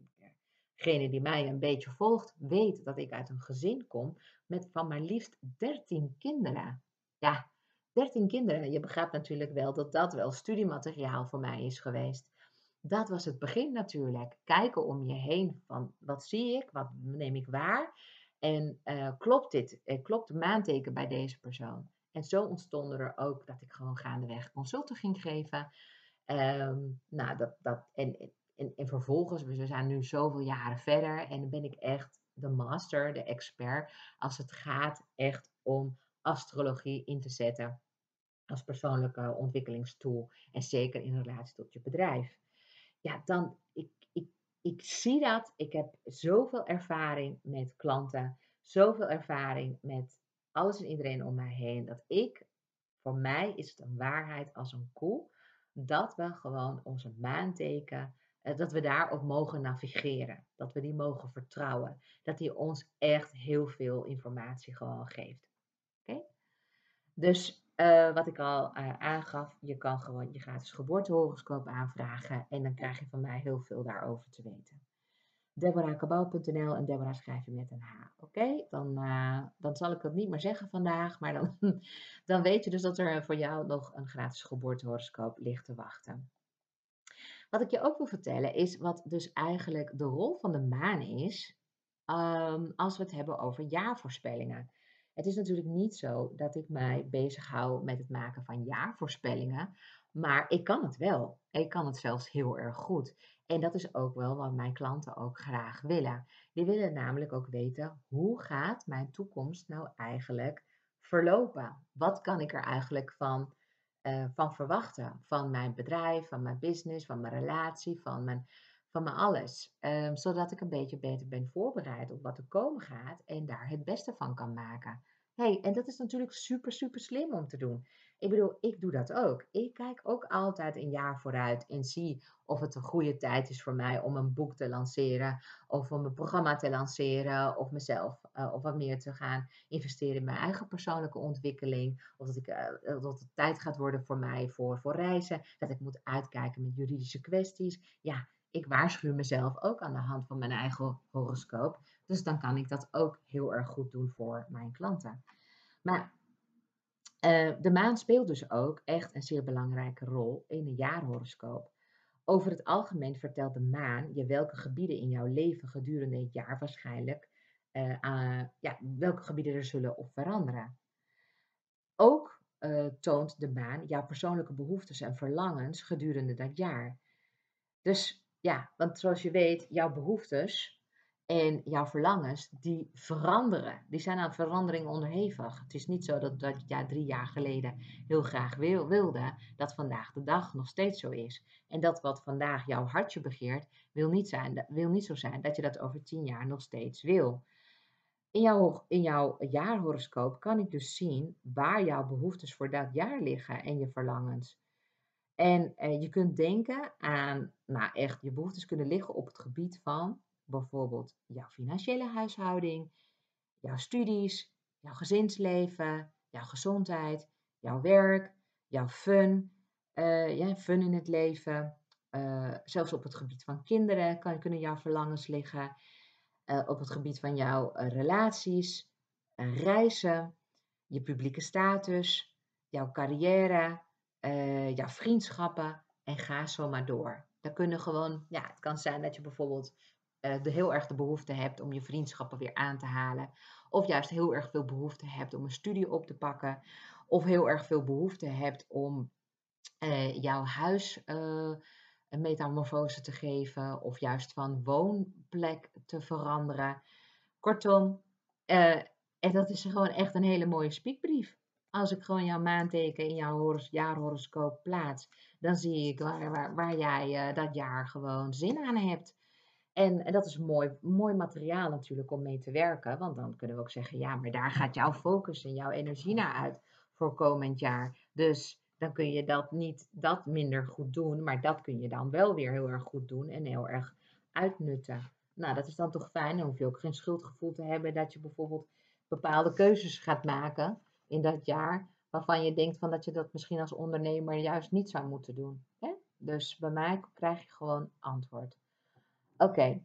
degene die mij een beetje volgt, weet dat ik uit een gezin kom met van maar liefst dertien kinderen. Ja, dertien kinderen. Je begrijpt natuurlijk wel dat dat wel studiemateriaal voor mij is geweest. Dat was het begin natuurlijk. Kijken om je heen van wat zie ik, wat neem ik waar en eh, klopt dit, eh, klopt de maanteken bij deze persoon? En zo ontstonden er ook dat ik gewoon gaandeweg consulten ging geven. Ehm, nou, dat, dat, en, en, en vervolgens, we zijn nu zoveel jaren verder en dan ben ik echt de master, de expert, als het gaat echt om astrologie in te zetten als persoonlijke ontwikkelingstool en zeker in relatie tot je bedrijf. Ja, dan, ik, ik, ik zie dat, ik heb zoveel ervaring met klanten, zoveel ervaring met alles en iedereen om mij heen, dat ik, voor mij is het een waarheid als een koe, dat we gewoon onze maanteken, eh, dat we daarop mogen navigeren, dat we die mogen vertrouwen, dat die ons echt heel veel informatie gewoon geeft. Oké? Dus eh, wat ik al eh, aangaf, je kan gewoon je gratis geboortehoroscoop aanvragen en dan krijg je van mij heel veel daarover te weten. deborah cabau punt n l en Deborah schrijf je met een H. Oké, dan, eh, dan zal ik het niet meer zeggen vandaag, maar dan, dan weet je dus dat er voor jou nog een gratis geboortehoroscoop ligt te wachten. Wat ik je ook wil vertellen is wat dus eigenlijk de rol van de maan is, ehm, als we het hebben over jaarvoorspellingen. Het is natuurlijk niet zo dat ik mij bezighoud met het maken van jaarvoorspellingen, maar ik kan het wel. Ik kan het zelfs heel erg goed. En dat is ook wel wat mijn klanten ook graag willen. Die willen namelijk ook weten, hoe gaat mijn toekomst nou eigenlijk verlopen? Wat kan ik er eigenlijk van eh, van verwachten. Van mijn bedrijf, van mijn business, van mijn relatie, van mijn, van mijn alles. Ehm, zodat ik een beetje beter ben voorbereid op wat er komen gaat en daar het beste van kan maken. Hey, en dat is natuurlijk super, super slim om te doen. Ik bedoel, ik doe dat ook. Ik kijk ook altijd een jaar vooruit en zie of het een goede tijd is voor mij om een boek te lanceren, of om een programma te lanceren, of mezelf, uh, of wat meer te gaan investeren in mijn eigen persoonlijke ontwikkeling. Of dat, ik, uh, dat het tijd gaat worden voor mij voor, voor reizen. Dat ik moet uitkijken met juridische kwesties. Ja, ik waarschuw mezelf ook aan de hand van mijn eigen horoscoop. Dus dan kan ik dat ook heel erg goed doen voor mijn klanten. Maar uh, de maan speelt dus ook echt een zeer belangrijke rol in een jaarhoroscoop. Over het algemeen vertelt de maan je welke gebieden in jouw leven gedurende het jaar waarschijnlijk, uh, uh, ja, welke gebieden er zullen op veranderen. Ook uh, toont de maan jouw persoonlijke behoeftes en verlangens gedurende dat jaar. Dus ja, want zoals je weet, jouw behoeftes en jouw verlangens, die veranderen. Die zijn aan verandering onderhevig. Het is niet zo dat dat jij drie jaar geleden heel graag wil, wilde, dat vandaag de dag nog steeds zo is. En dat wat vandaag jouw hartje begeert, wil niet, zijn, wil niet zo zijn dat je dat over tien jaar nog steeds wil. In jouw, in jouw jaarhoroscoop kan ik dus zien waar jouw behoeftes voor dat jaar liggen en je verlangens. En eh, je kunt denken aan, nou echt, je behoeftes kunnen liggen op het gebied van bijvoorbeeld jouw financiële huishouding, jouw studies, jouw gezinsleven, jouw gezondheid, jouw werk, jouw fun, eh, ja, fun in het leven, Uh, zelfs op het gebied van kinderen kan, kunnen jouw verlangens liggen. Uh, op het gebied van jouw uh, relaties, uh, reizen, je publieke status, jouw carrière, uh, jouw vriendschappen en ga zo maar door. Dat kunnen gewoon, ja, het kan zijn dat je bijvoorbeeld uh, de heel erg de behoefte hebt om je vriendschappen weer aan te halen. Of juist heel erg veel behoefte hebt om een studie op te pakken. Of heel erg veel behoefte hebt om uh, jouw huis uh, een metamorfose te geven. Of juist van woonplek te veranderen. Kortom, uh, en dat is gewoon echt een hele mooie spiekbrief. Als ik gewoon jouw maanteken in jouw horos, jaarhoroscoop plaats, dan zie ik waar, waar, waar jij uh, dat jaar gewoon zin aan hebt. En, en dat is mooi, mooi materiaal natuurlijk om mee te werken. Want dan kunnen we ook zeggen, ja, maar daar gaat jouw focus en jouw energie naar uit voor komend jaar. Dus dan kun je dat niet dat minder goed doen, maar dat kun je dan wel weer heel erg goed doen en heel erg uitnutten. Nou, dat is dan toch fijn. Dan hoef je ook geen schuldgevoel te hebben dat je bijvoorbeeld bepaalde keuzes gaat maken in dat jaar, waarvan je denkt van dat je dat misschien als ondernemer juist niet zou moeten doen. Hè? Dus bij mij krijg je gewoon antwoord. Oké. Okay.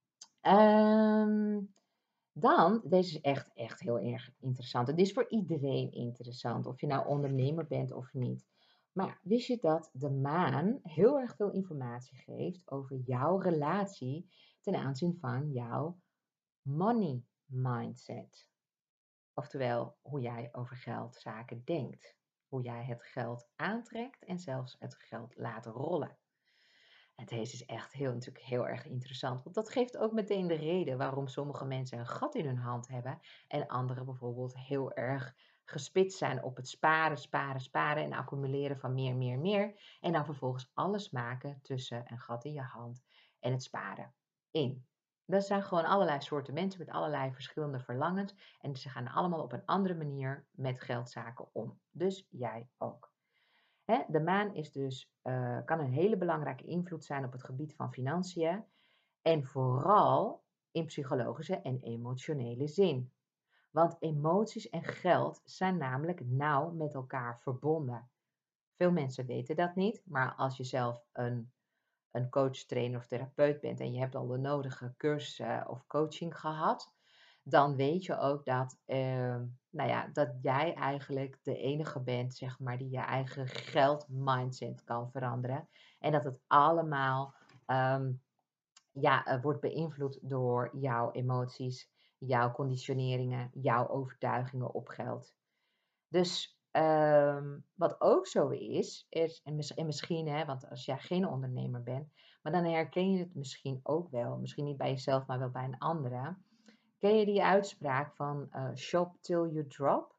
Um, dan, deze is echt, echt heel erg interessant. Het is voor iedereen interessant, of je nou ondernemer bent of niet. Maar wist je dat de maan heel erg veel informatie geeft over jouw relatie ten aanzien van jouw money mindset? Oftewel, hoe jij over geldzaken denkt. Hoe jij het geld aantrekt en zelfs het geld laat rollen. En deze is echt heel, natuurlijk heel erg interessant. Want dat geeft ook meteen de reden waarom sommige mensen een gat in hun hand hebben. En anderen bijvoorbeeld heel erg gespitst zijn op het sparen, sparen, sparen en accumuleren van meer, meer, meer. En dan vervolgens alles maken tussen een gat in je hand en het sparen in. Dat zijn gewoon allerlei soorten mensen met allerlei verschillende verlangens. En ze gaan allemaal op een andere manier met geldzaken om. Dus jij ook. Hè, de maan is dus, uh, kan een hele belangrijke invloed zijn op het gebied van financiën en vooral in psychologische en emotionele zin. Want emoties en geld zijn namelijk nauw met elkaar verbonden. Veel mensen weten dat niet, maar als je zelf een, een coach, trainer of therapeut bent en je hebt al de nodige cursussen of coaching gehad, dan weet je ook dat, uh, nou ja, dat jij eigenlijk de enige bent, zeg maar, die je eigen geldmindset kan veranderen. En dat het allemaal um, ja, uh, wordt beïnvloed door jouw emoties, jouw conditioneringen, jouw overtuigingen op geld. Dus um, wat ook zo is, is en, mis, en misschien, hè, want als jij geen ondernemer bent, maar dan herken je het misschien ook wel, misschien niet bij jezelf, maar wel bij een andere. Ken je die uitspraak van uh, shop till you drop?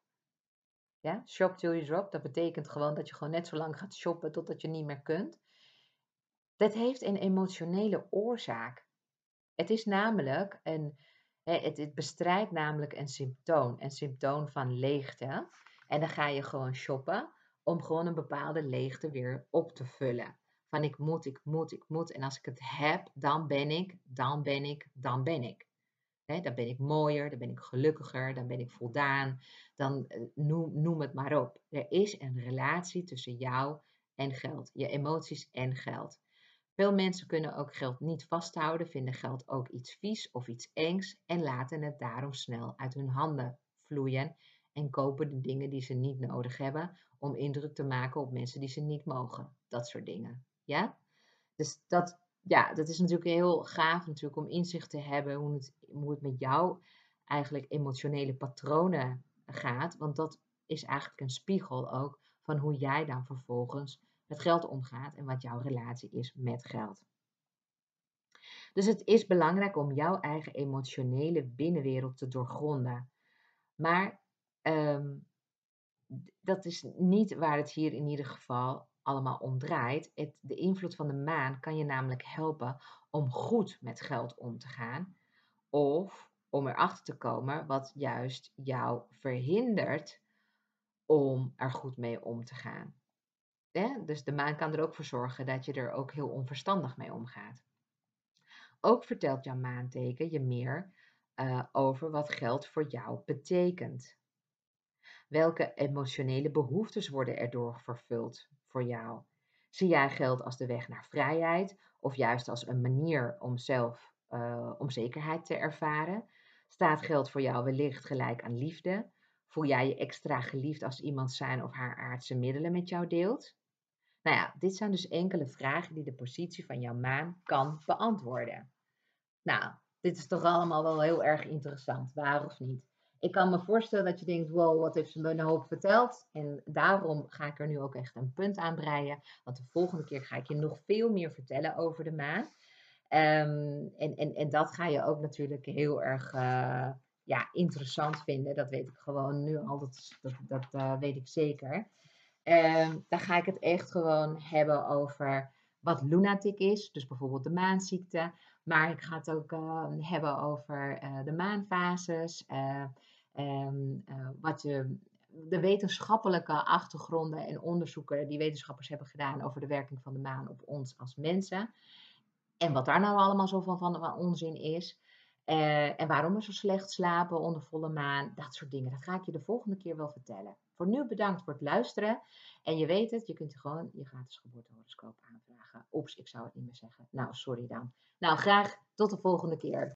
Ja, shop till you drop. Dat betekent gewoon dat je gewoon net zo lang gaat shoppen totdat je niet meer kunt. Dat heeft een emotionele oorzaak. Het is namelijk een, het, het bestrijdt namelijk een symptoom, een symptoom van leegte. En dan ga je gewoon shoppen om gewoon een bepaalde leegte weer op te vullen. Van ik moet, ik moet, ik moet. En als ik het heb, dan ben ik, dan ben ik, dan ben ik. He, dan ben ik mooier, dan ben ik gelukkiger, dan ben ik voldaan. Dan noem, noem het maar op. Er is een relatie tussen jou en geld. Je emoties en geld. Veel mensen kunnen ook geld niet vasthouden, vinden geld ook iets vies of iets engs en laten het daarom snel uit hun handen vloeien en kopen de dingen die ze niet nodig hebben om indruk te maken op mensen die ze niet mogen. Dat soort dingen. Ja? Dus dat, ja, dat is natuurlijk heel gaaf natuurlijk om inzicht te hebben hoe het, hoe het met jou eigenlijk emotionele patronen gaat. Want dat is eigenlijk een spiegel ook van hoe jij dan vervolgens met geld omgaat en wat jouw relatie is met geld. Dus het is belangrijk om jouw eigen emotionele binnenwereld te doorgronden. Maar um, dat is niet waar het hier in ieder geval allemaal om draait. Het, de invloed van de maan kan je namelijk helpen om goed met geld om te gaan. Of om erachter te komen wat juist jou verhindert om er goed mee om te gaan. Ja, dus de maan kan er ook voor zorgen dat je er ook heel onverstandig mee omgaat. Ook vertelt jouw maanteken je meer uh, over wat geld voor jou betekent. Welke emotionele behoeftes worden erdoor vervuld voor jou? Zie jij geld als de weg naar vrijheid of juist als een manier om zelf uh, om zekerheid te ervaren? Staat geld voor jou wellicht gelijk aan liefde? Voel jij je extra geliefd als iemand zijn of haar aardse middelen met jou deelt? Nou ja, dit zijn dus enkele vragen die de positie van jouw maan kan beantwoorden. Nou, dit is toch allemaal wel heel erg interessant, waar of niet? Ik kan me voorstellen dat je denkt, wow, wat heeft ze me een hoop verteld? En daarom ga ik er nu ook echt een punt aan breien. Want de volgende keer ga ik je nog veel meer vertellen over de maan. Um, en, en, en dat ga je ook natuurlijk heel erg uh, ja, interessant vinden. Dat weet ik gewoon nu al, dat, dat, dat uh, weet ik zeker. Um, dan ga ik het echt gewoon hebben over wat lunatic is. Dus bijvoorbeeld de maanziekte. Maar ik ga het ook uh, hebben over uh, de maanfases. Uh, um, uh, wat je, de wetenschappelijke achtergronden en onderzoeken die wetenschappers hebben gedaan over de werking van de maan op ons als mensen. En wat daar nou allemaal zo van, van, van onzin is. Uh, en waarom we zo slecht slapen onder volle maan. Dat soort dingen. Dat ga ik je de volgende keer wel vertellen. Voor nu bedankt voor het luisteren. En je weet het, je kunt gewoon je gratis geboortehoroscoop aanvragen. Oeps, ik zou het niet meer zeggen. Nou, sorry dan. Nou, graag tot de volgende keer.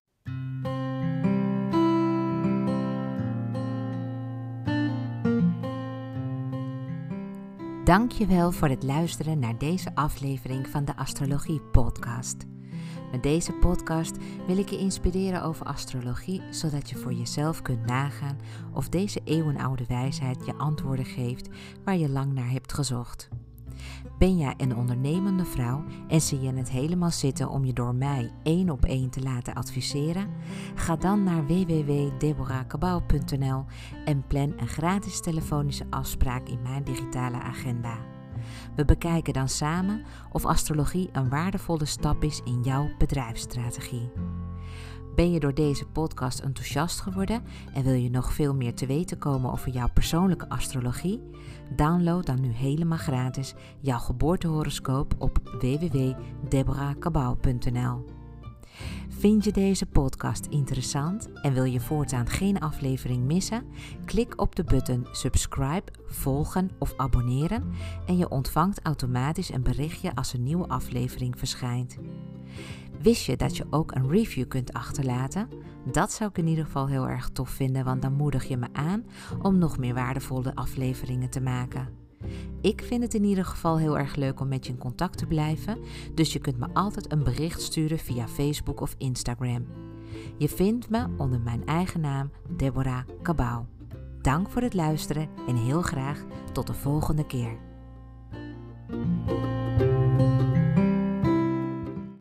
Dankjewel voor het luisteren naar deze aflevering van de Astrologie Podcast. Met deze podcast wil ik je inspireren over astrologie, zodat je voor jezelf kunt nagaan of deze eeuwenoude wijsheid je antwoorden geeft waar je lang naar hebt gezocht. Ben jij een ondernemende vrouw en zie je het helemaal zitten om je door mij één op één te laten adviseren? Ga dan naar w w w punt deborah cabau punt n l en plan een gratis telefonische afspraak in mijn digitale agenda. We bekijken dan samen of astrologie een waardevolle stap is in jouw bedrijfsstrategie. Ben je door deze podcast enthousiast geworden en wil je nog veel meer te weten komen over jouw persoonlijke astrologie? Download dan nu helemaal gratis jouw geboortehoroscoop op w w w punt deborah cabau punt n l. Vind je deze podcast interessant en wil je voortaan geen aflevering missen? Klik op de button subscribe, volgen of abonneren en je ontvangt automatisch een berichtje als een nieuwe aflevering verschijnt. Wist je dat je ook een review kunt achterlaten? Dat zou ik in ieder geval heel erg tof vinden, want dan moedig je me aan om nog meer waardevolle afleveringen te maken. Ik vind het in ieder geval heel erg leuk om met je in contact te blijven, dus je kunt me altijd een bericht sturen via Facebook of Instagram. Je vindt me onder mijn eigen naam Deborah Cabau. Dank voor het luisteren en heel graag tot de volgende keer.